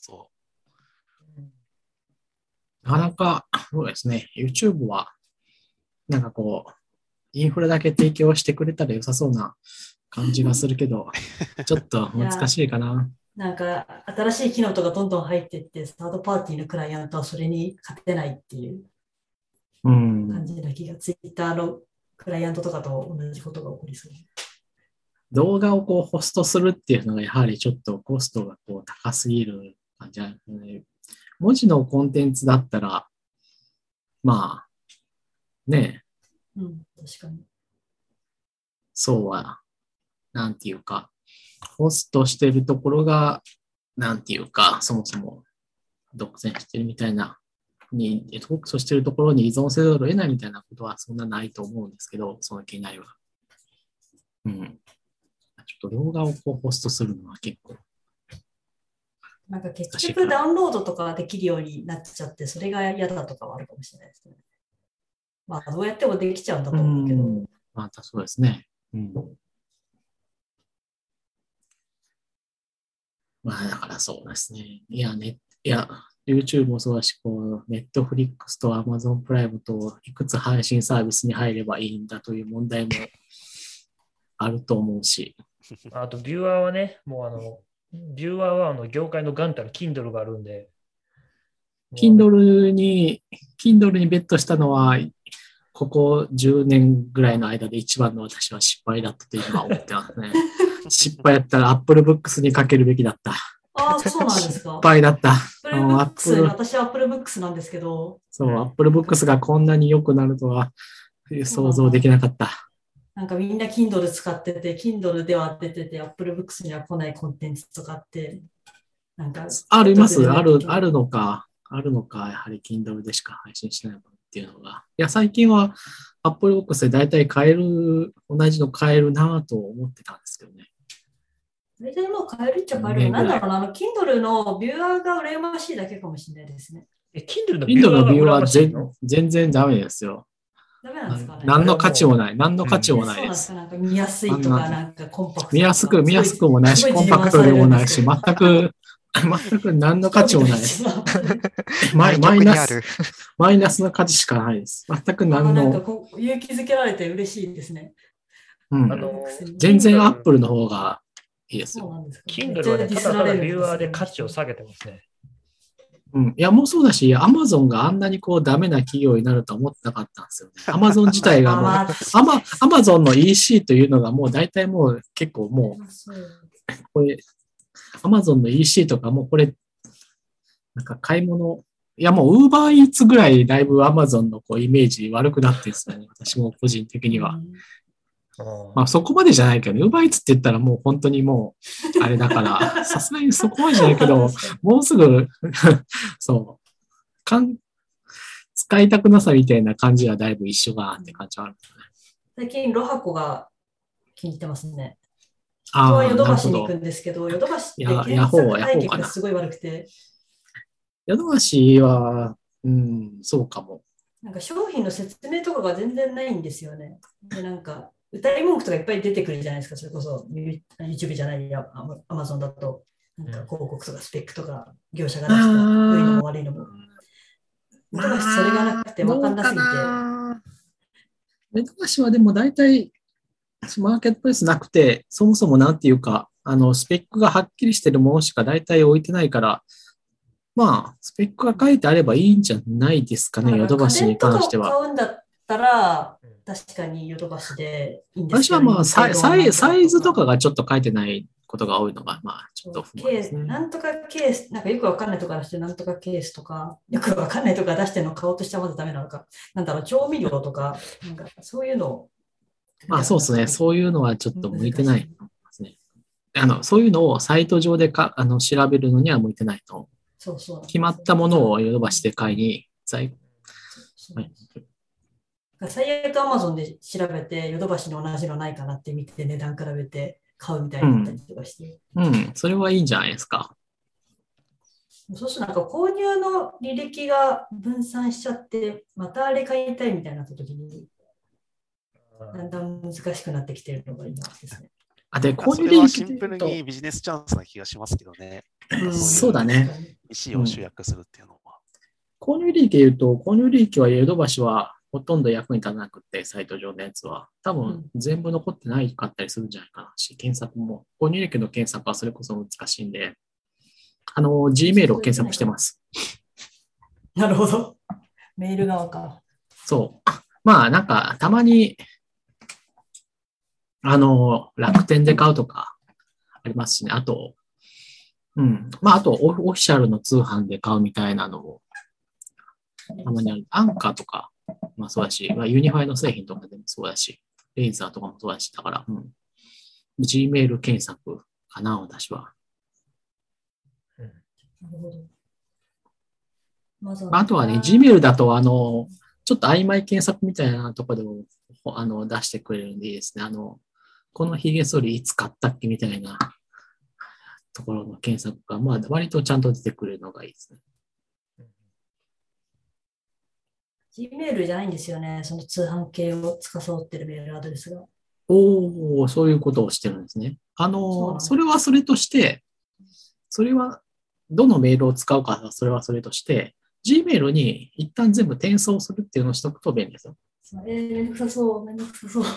なかなか、そうですね。YouTube は、なんかインフラだけ提供してくれたら良さそうな感じがするけど、ちょっと難しいかな。 なんか、新しい機能とかどんどん入っていって、サードパーティーのクライアントはそれに勝てないっていう感じな気が、Twitter のクライアントとかと同じことが起こりそう。 動画をホストするっていうのがやはりちょっとコストが高すぎる感じなんですね。文字のコンテンツだったら、まあ、ねえ。確かに。 そうは、なんていうか、ホストしてるところが、なんていうか、そもそも独占してるみたいな、ホストしてるところに依存せざるを得ないみたいなことはそんなないと思うんですけど、その気になりは。ちょっと動画をホストするのは結構。 なんか結局ダウンロードとかできるようになっちゃって、それが嫌だとかはあるかもしれないですね。まあ、どうやってもできちゃうんだと思うけど。 またそうですね。まあ、だからそうですね。YouTube もそうだし、Netflix と Amazon プライムといくつ配信サービスに入ればいいんだという問題もあると思うし。 あと、ビューアーはね、ビューアーは業界の元たる Kindle があるんで。 Kindle にベットしたのは、ここ10年ぐらいの間で一番の私は失敗だったと今思ってますね。失敗やったら Apple Books にかけるべきだった。 そうなんですか。 失敗だった。 私は Apple Books なんですけど。 そう、Apple Books がこんなに良くなるとは想像できなかった。 なんかみんな Kindle 使ってて、Kindle では出てて、Apple Books には来ないコンテンツとかって、なんか。あるのか、やはり Kindle でしか配信しないものっていうのが。いや、最近は Apple Books で大体同じの買えるなと思ってたんですけどね。 大体もう買えるっちゃ買える。なんだろうな、Kindle のビューアーが羨ましいだけかもしれないですね。 Kindle のビューアーは全然ダメですよ。 ダメなんですかね。 何の価値もない。 そうなんですか。なんか見やすいとか、なんかコンパクト。 見やすくもないし、コンパクトでもないし、全く何の価値もないです。マイナスの価値しかないです。全く何の。 なんか勇気づけられて嬉しいですね。 全然 Apple の方がいいですよ。 Kindle はね、ただただビューアーで価値を下げてますね。 いや、もうそうだし、Amazon があんなにダメな企業になるとは思ってなかったんですよね。Amazon 自体がもう、Amazon の EC というのがもう大体もう結構もう、これ、Amazon の EC とかもうこれ、なんか買い物、いやもう UberEats ぐらいだいぶ Amazon のイメージ悪くなってるんですよね。私も個人的には。まあそこまでじゃないけど、UberEats って言ったらもう本当にもう、あれだから、さすがにそこまでじゃないけど、もうすぐ、そう、使いたくなさみたいな感じはだいぶ一緒かなって感じはある、ね。 最近、ロハコが気に入ってますね。人はヨドバシに行くんですけど、ヨドバシって検索体験がすごい悪くて。 ヨドバシは、そうかも。 なんか商品の説明とかが全然ないんですよね。で、なんか、 歌い文句とかいっぱい出てくるじゃないですか、それこそ YouTube じゃないや、Amazon だと、なんか広告とかスペックとか業者が出した良いのも悪いのも。ヨドバシそれがなくて分かんなすぎて。 ヨドバシはでも大体マーケットプレイスなくて、そもそもなんていうか、スペックがはっきりしてるものしか大体置いてないから、まあ、スペックが書いてあればいいんじゃないですかね、ヨドバシに関しては。 買うんだったら、確かにヨドバシでいいんですけど、 私はまあサイズとかがちょっと書いてないことが多いのが、まあ、ちょっと不満ですね。 なんとかケース、なんかよくわかんないところ出して、なんとかケースとか、よくわかんないところ出してるのを買おうとしてはまずダメなのか、なんだろう、調味料とか、なんかそういうのを。 まあそうですね、そういうのはちょっと向いてないですね。そういうのをサイト上で調べるのには向いてないと。 そう決まったものをヨドバシで買いに、最悪 Amazon で調べて、ヨドバシの同じのないかなって見て、値段比べて買うみたいになったりとかして。 それはいいんじゃないですか。 そうするとなんか購入の履歴が分散しちゃって、またあれ買いたいみたいになった時に、だんだん難しくなってきているのが今ですね。 で、購入履歴シンプルにビジネスチャンスな気がしますけどね。 そうだね。 意思を集約するっていうのは。 購入履歴で言うと、購入履歴はヨドバシはほとんど役に立たなくて、サイト上のやつは。多分全部残ってないかったりするんじゃないかなし、検索も。購入履歴の検索はそれこそ難しいんで、Gmail を検索してます。 なるほど。メール側か。 そう。まあ、なんか、たまに、楽天で買うとかありますしね。あと、まあ、あと、オフィシャルの通販で買うみたいなのも、たまにある。アンカーとか、まあそうだし、まあ、ユニファイの製品とかでもそうだし、レーザーとかもそうだし、だから、Gmail 検索かな、私は。 なるほど。 あとはね、Gmail だと、ちょっと曖昧検索みたいなところでも、出してくれるんでいいですね。この髭剃りいつ買ったっけみたいなところの検索が、まあ、割とちゃんと出てくるのがいいですね。 Gmail じゃないんですよね。その通販系を司ってるメールアドレスが。 おー、そういうことをしてるんですね。それはそれとして、それは、どのメールを使うか、それはそれとして、Gmail に一旦全部転送するっていうのをしとくと便利ですよ。 めんどくさそう、めんどくさそう。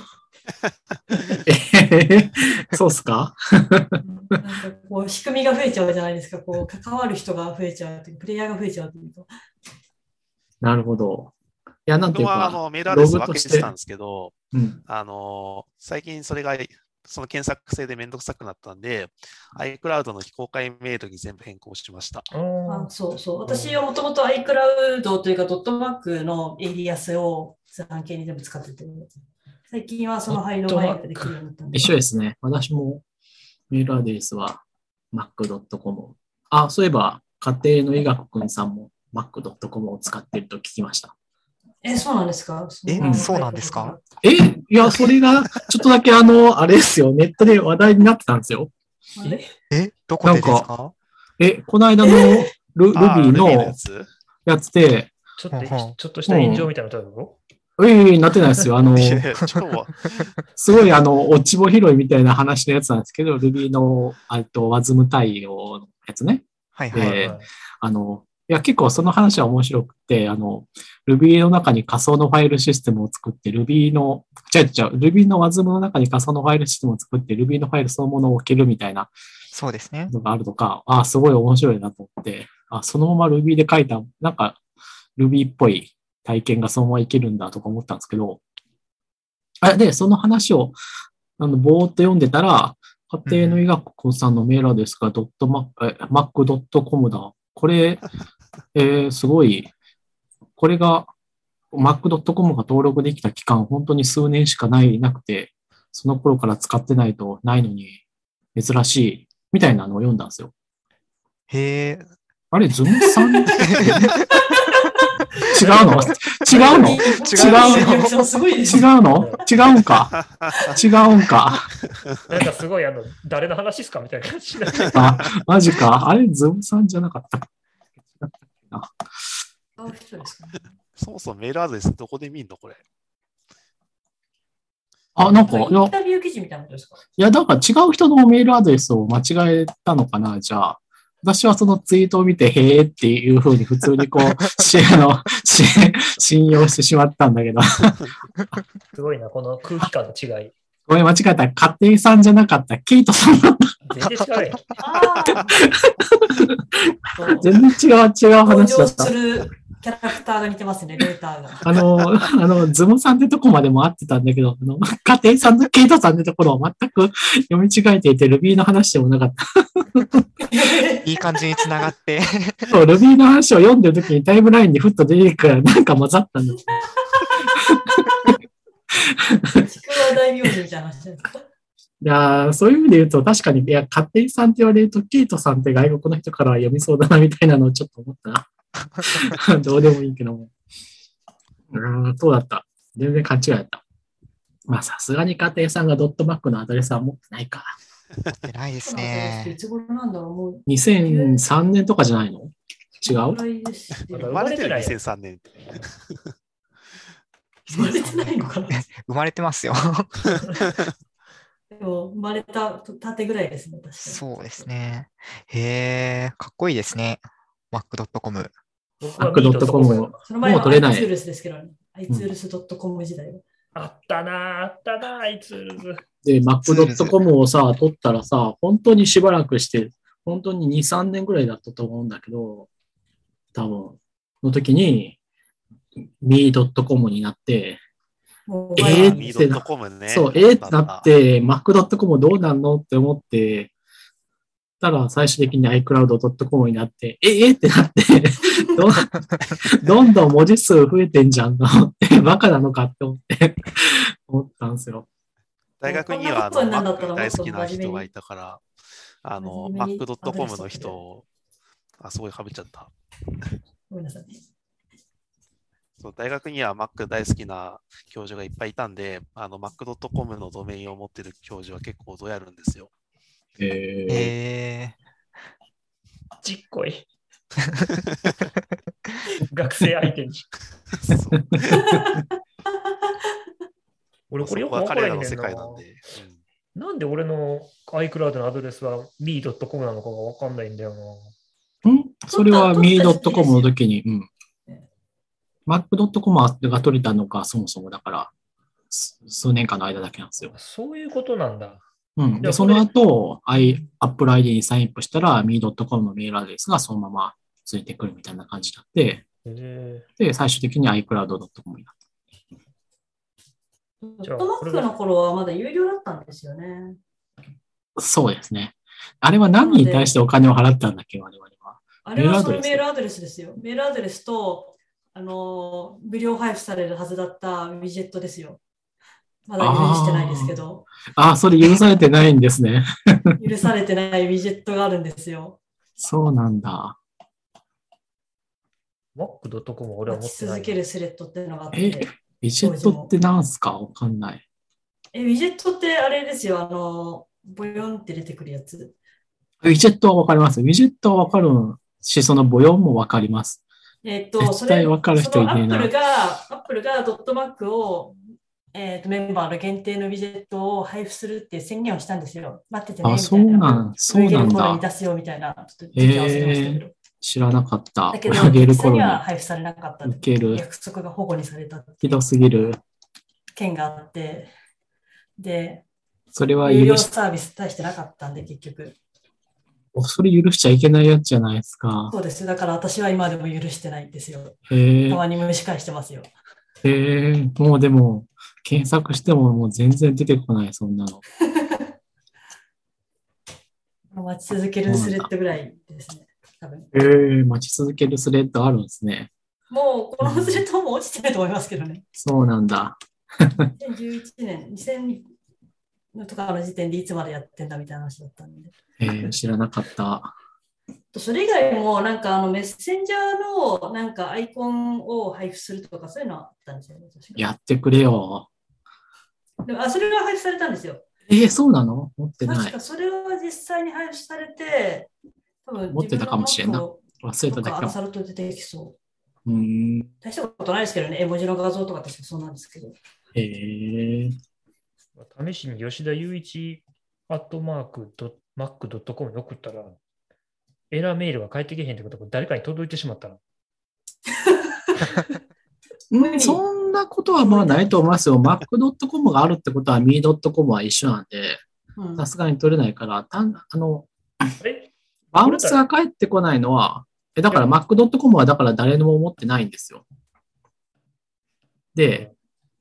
そうっすか？ なんかこう仕組みが増えちゃうじゃないですか。こう関わる人が増えちゃうという、プレイヤーが増えちゃうというと。 なるほど。いや、なんていうか、 僕はメールアドレス分けてたんですけど、最近それがその検索性でめんどくさくなったんで、iCloud の非公開メールに全部変更しました。 そうそう。私はもともと iCloud というか、ドットマークのエイリアスを通販系に全部使ってて、最近はその配慮ができるようになったんで。 一緒ですね。私もメールアドレスは mac.com。そういえば、家庭の医学くんさんも mac.com を使っていると聞きました。 そうなんですか？ そうなんですか？ いや、それが、ちょっとだけあれですよ、ネットで話題になってたんですよ。 どこでですか？ この間のルビーのやつで、 ちょっとした炎上みたいなのなってないですよ。すごい落ち穂拾いみたいな話のやつなんですけど、ルビーの、WASM 対応のやつね。 はいはい。 いや、結構その話は面白くて、Ruby の中に仮想のファイルシステムを作って、Ruby の WASM の中に仮想のファイルシステムを作って、Ruby のファイルそのものを置けるみたいなそうですね。 のがあるとか、すごい面白いなと思って、そのまま Ruby で書いた、なんか Ruby っぽい体験がそのままいけるんだとか思ったんですけど、で、その話を、ぼーっと読んでたら、家庭の医学さんのメールアドレスがmac.com だ。これ、すごい、これが mac.com が登録できた期間、本当に数年しかなくて、その頃から使ってないとないのに、珍しい、みたいなのを読んだんですよ。 へー。 あれ、ズムさん違うの違うんかなんかすごい誰の話ですかみたいな感じマジか。あれ、ズムさんじゃなかったか。 そもそもメールアドレスどこで見んのこれ。 あ、なんか、 インタビュー記事みたいなことですか？ いや、だから違う人のメールアドレスを間違えたのかな、じゃあ。私はそのツイートを見て、へーっていうふうに普通にこう、信用してしまったんだけど。 すごいな、この空気感の違い。 ごめん、間違えた。家庭さんじゃなかった。ケイトさんだった。 全然違うよ。 全然違う登話だった場す。るキャラクターが似てますね、レーターが。 ズモさんってとこまでも合ってたんだけど、家庭さんとケイトさんってところを全く読み違えていて、Ruby の話でもなかった。 いい感じにつながって。 そう、Ruby の話を読んでるときにタイムラインにふっと出てくるから、なんか混ざったんだ。 ちくわ大名人みたいな話ですか？ いやそういう意味で言うと、確かに、いや、家庭さんって言われると、ケイトさんって外国の人からは読みそうだな、みたいなのをちょっと思ったな。どうでもいいけども。そうだった。全然勘違いだった。まあ、さすがに家庭さんがドットマックのアドレスは持ってないか。 偉いですいね。 つ頃なんだろう、もう。 2003年とかじゃないの？違う？ 生まれてる2003年。 生まれてないのかな？ 生まれてますよ。 でも生まれたてぐらいですね、確かに。 そうですね。へえ、かっこいいですね。Mac.com。 Mac.com もその前は取れない。 iTools ですけどね。iTools.com 時代は。 あったな、iTools。 で、Mac.com をさ、取ったらさ、本当にしばらくして、本当に2、3年ぐらいだったと思うんだけど、多分、の時に、me.com になって、 me.com ね。 そう、ってなって、Mac.com どうなんのって思って、たら最終的に iCloud.com になって、ってなってどんどん文字数増えてんじゃんと思って、バカなのかって思ったんですよ。 大学にはMac 大好きな人がいたから、Mac.com の人、すごいはめちゃった。 ごめんなさい。 そう大学には Mac 大好きな教授がいっぱいいたんで、Mac.com のドメインを持ってる教授は結構どうやるんですよ。 ちっこい。学生相手に。俺これよく分からへんねんな。なんで俺の iCloud のアドレスは me.com なのかが分かんないんだよな。 それは me.com の時に、Mac.com が取れたのか、そもそもだから、数年間の間だけなんですよ。 そういうことなんだ。 で、その後、Apple ID にサインアップしたら、me.com のメールアドレスがそのままついてくるみたいな感じになって、で、最終的に iCloud.com になった。 ドットマックの頃はまだ有料だったんですよね。 そうですね。あれは何に対してお金を払ったんだっけ、我々は。 あれはそのメールアドレスですよ。メールアドレスと、無料配布されるはずだったウィジェットですよ。まだ許してないですけど。 それ許されてないんですね。 許されてないウィジェットがあるんですよ。 そうなんだ。 Mac.com は俺は持ってない。 続けるスレッドっていうのがあって。 ウィジェットって何すかわかんない。 ウィジェットってあれですよ。ボヨンって出てくるやつ。 ウィジェットはわかります。ウィジェットはわかるし、そのボヨンもわかります。絶対わかる人いねえな。 アップルがドットマックをメンバーの限定のウィジェットを配布するっていう宣言をしたんですよ。待っててね。 そうなんだ。 に出すよみたいな。 知らなかった。 だけど、実際には配布されなかった。約束が保護にされた。 ひどすぎる。 件があって、で、 それは有料サービス対してなかったんで、結局。 それ許しちゃいけないやつじゃないですか。 そうです。だから私は今でも許してないんですよ。たまに蒸し返してますよ。 もうでも、検索してももう全然出てこない、そんなの。 待ち続けるスレッドぐらいですね。多分待ち続けるスレッドあるんですね。 もう、このスレッドも落ちてると思いますけどね。 そうなんだ。 2011年、2000のとかの時点でいつまでやってんだみたいな話だったんで。 知らなかった。 それ以外も、なんかメッセンジャーのなんかアイコンを配布するとか、そういうのあったんですよね。 やってくれよ。 それが配布されたんですよ。 そうなの？持ってない。 確かそれは実際に配布されて、多分持ってたかもしれんな。忘れただけかも。 あさると出てきそう。 大したことないですけどね、絵文字の画像とか確かそうなんですけど。 試しに吉田雄一@mac.com に送ったら、エラーメールが返ってけへんってことが誰かに届いてしまったら。 そんなことはまあないと思いますよ。Mac.com があるってことは Me.com は一緒なんで、さすがに取れないから、バウンスが返ってこないのは、だから Mac.com はだから誰も持ってないんですよ。で、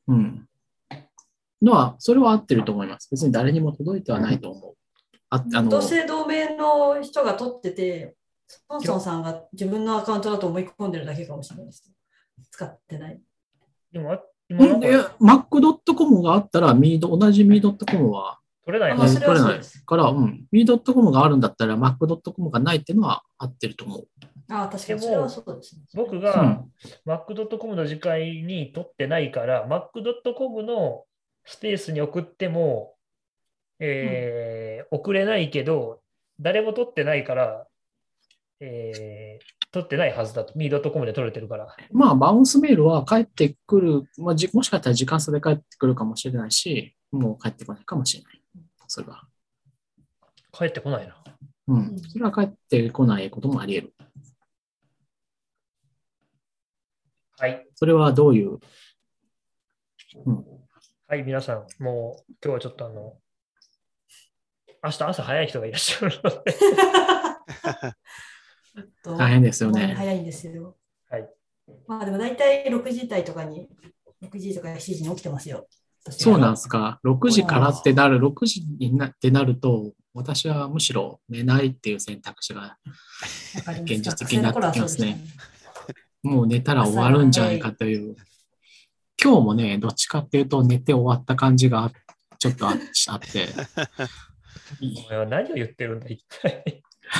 それは合ってると思います。別に誰にも届いてはないと思う。 同姓同名の人が取ってて、ソンソンさんが自分のアカウントだと思い込んでるだけかもしれないです。使ってない。 でも Mac.com があったら、同じ Me.com は取れない取れないから、Me.com があるんだったら Mac.com がないっていうのは合ってると思う。 確かにそれはそうですね。 僕が Mac.com の次回に取ってないから、Mac.com のスペースに送っても、送れないけど、誰も取ってないから、取ってないはずだと。Me.com で取れてるから。 まあ、バウンスメールは返ってくる、もしかしたら時間差で返ってくるかもしれないし、もう返ってこないかもしれない。それは。 返ってこないな。 それは返ってこないこともあり得る。 はい。 それはどういう、 はい、皆さん、もう今日はちょっと明日朝早い人がいらっしゃるので。 大変ですよね。 早いんですよ。 はい。 まあでも大体6時台とかに、6時とか7時に起きてますよ。 そうなんですか。6時からってなる、6時になってなると、私はむしろ寝ないっていう選択肢が現実的になってきますね。もう寝たら終わるんじゃないかという。今日もね、どっちかっていうと寝て終わった感じがちょっとあって。 お前は何を言ってるんだ、一体。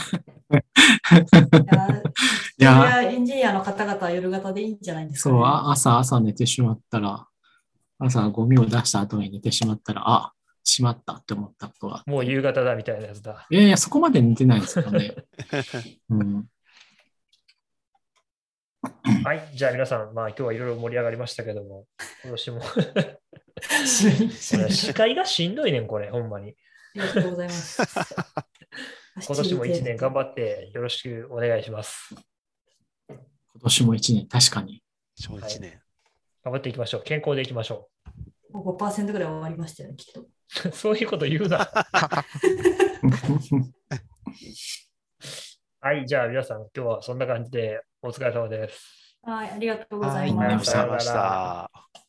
いや、エンジニアの方々は夜型でいいんじゃないですか、ね。 そう、朝寝てしまったら、朝ゴミを出した後に寝てしまったら、しまったって思ったことは。 もう夕方だみたいなやつだ。 いや、そこまで寝てないですよね。 はい、じゃあ皆さん、今日はいろいろ盛り上がりましたけども、今年も司会がしんどいねん、これ、ほんまに。 ありがとうございます。 今年も1年頑張ってよろしくお願いします。 今年も1年、確かに。 1年、 頑張っていきましょう。健康でいきましょう。もう 5% ぐらい終わりましたよね、きっと。 そういうこと言うな。はい、じゃあ皆さん、今日はそんな感じでお疲れ様です。 はい、ありがとうございました。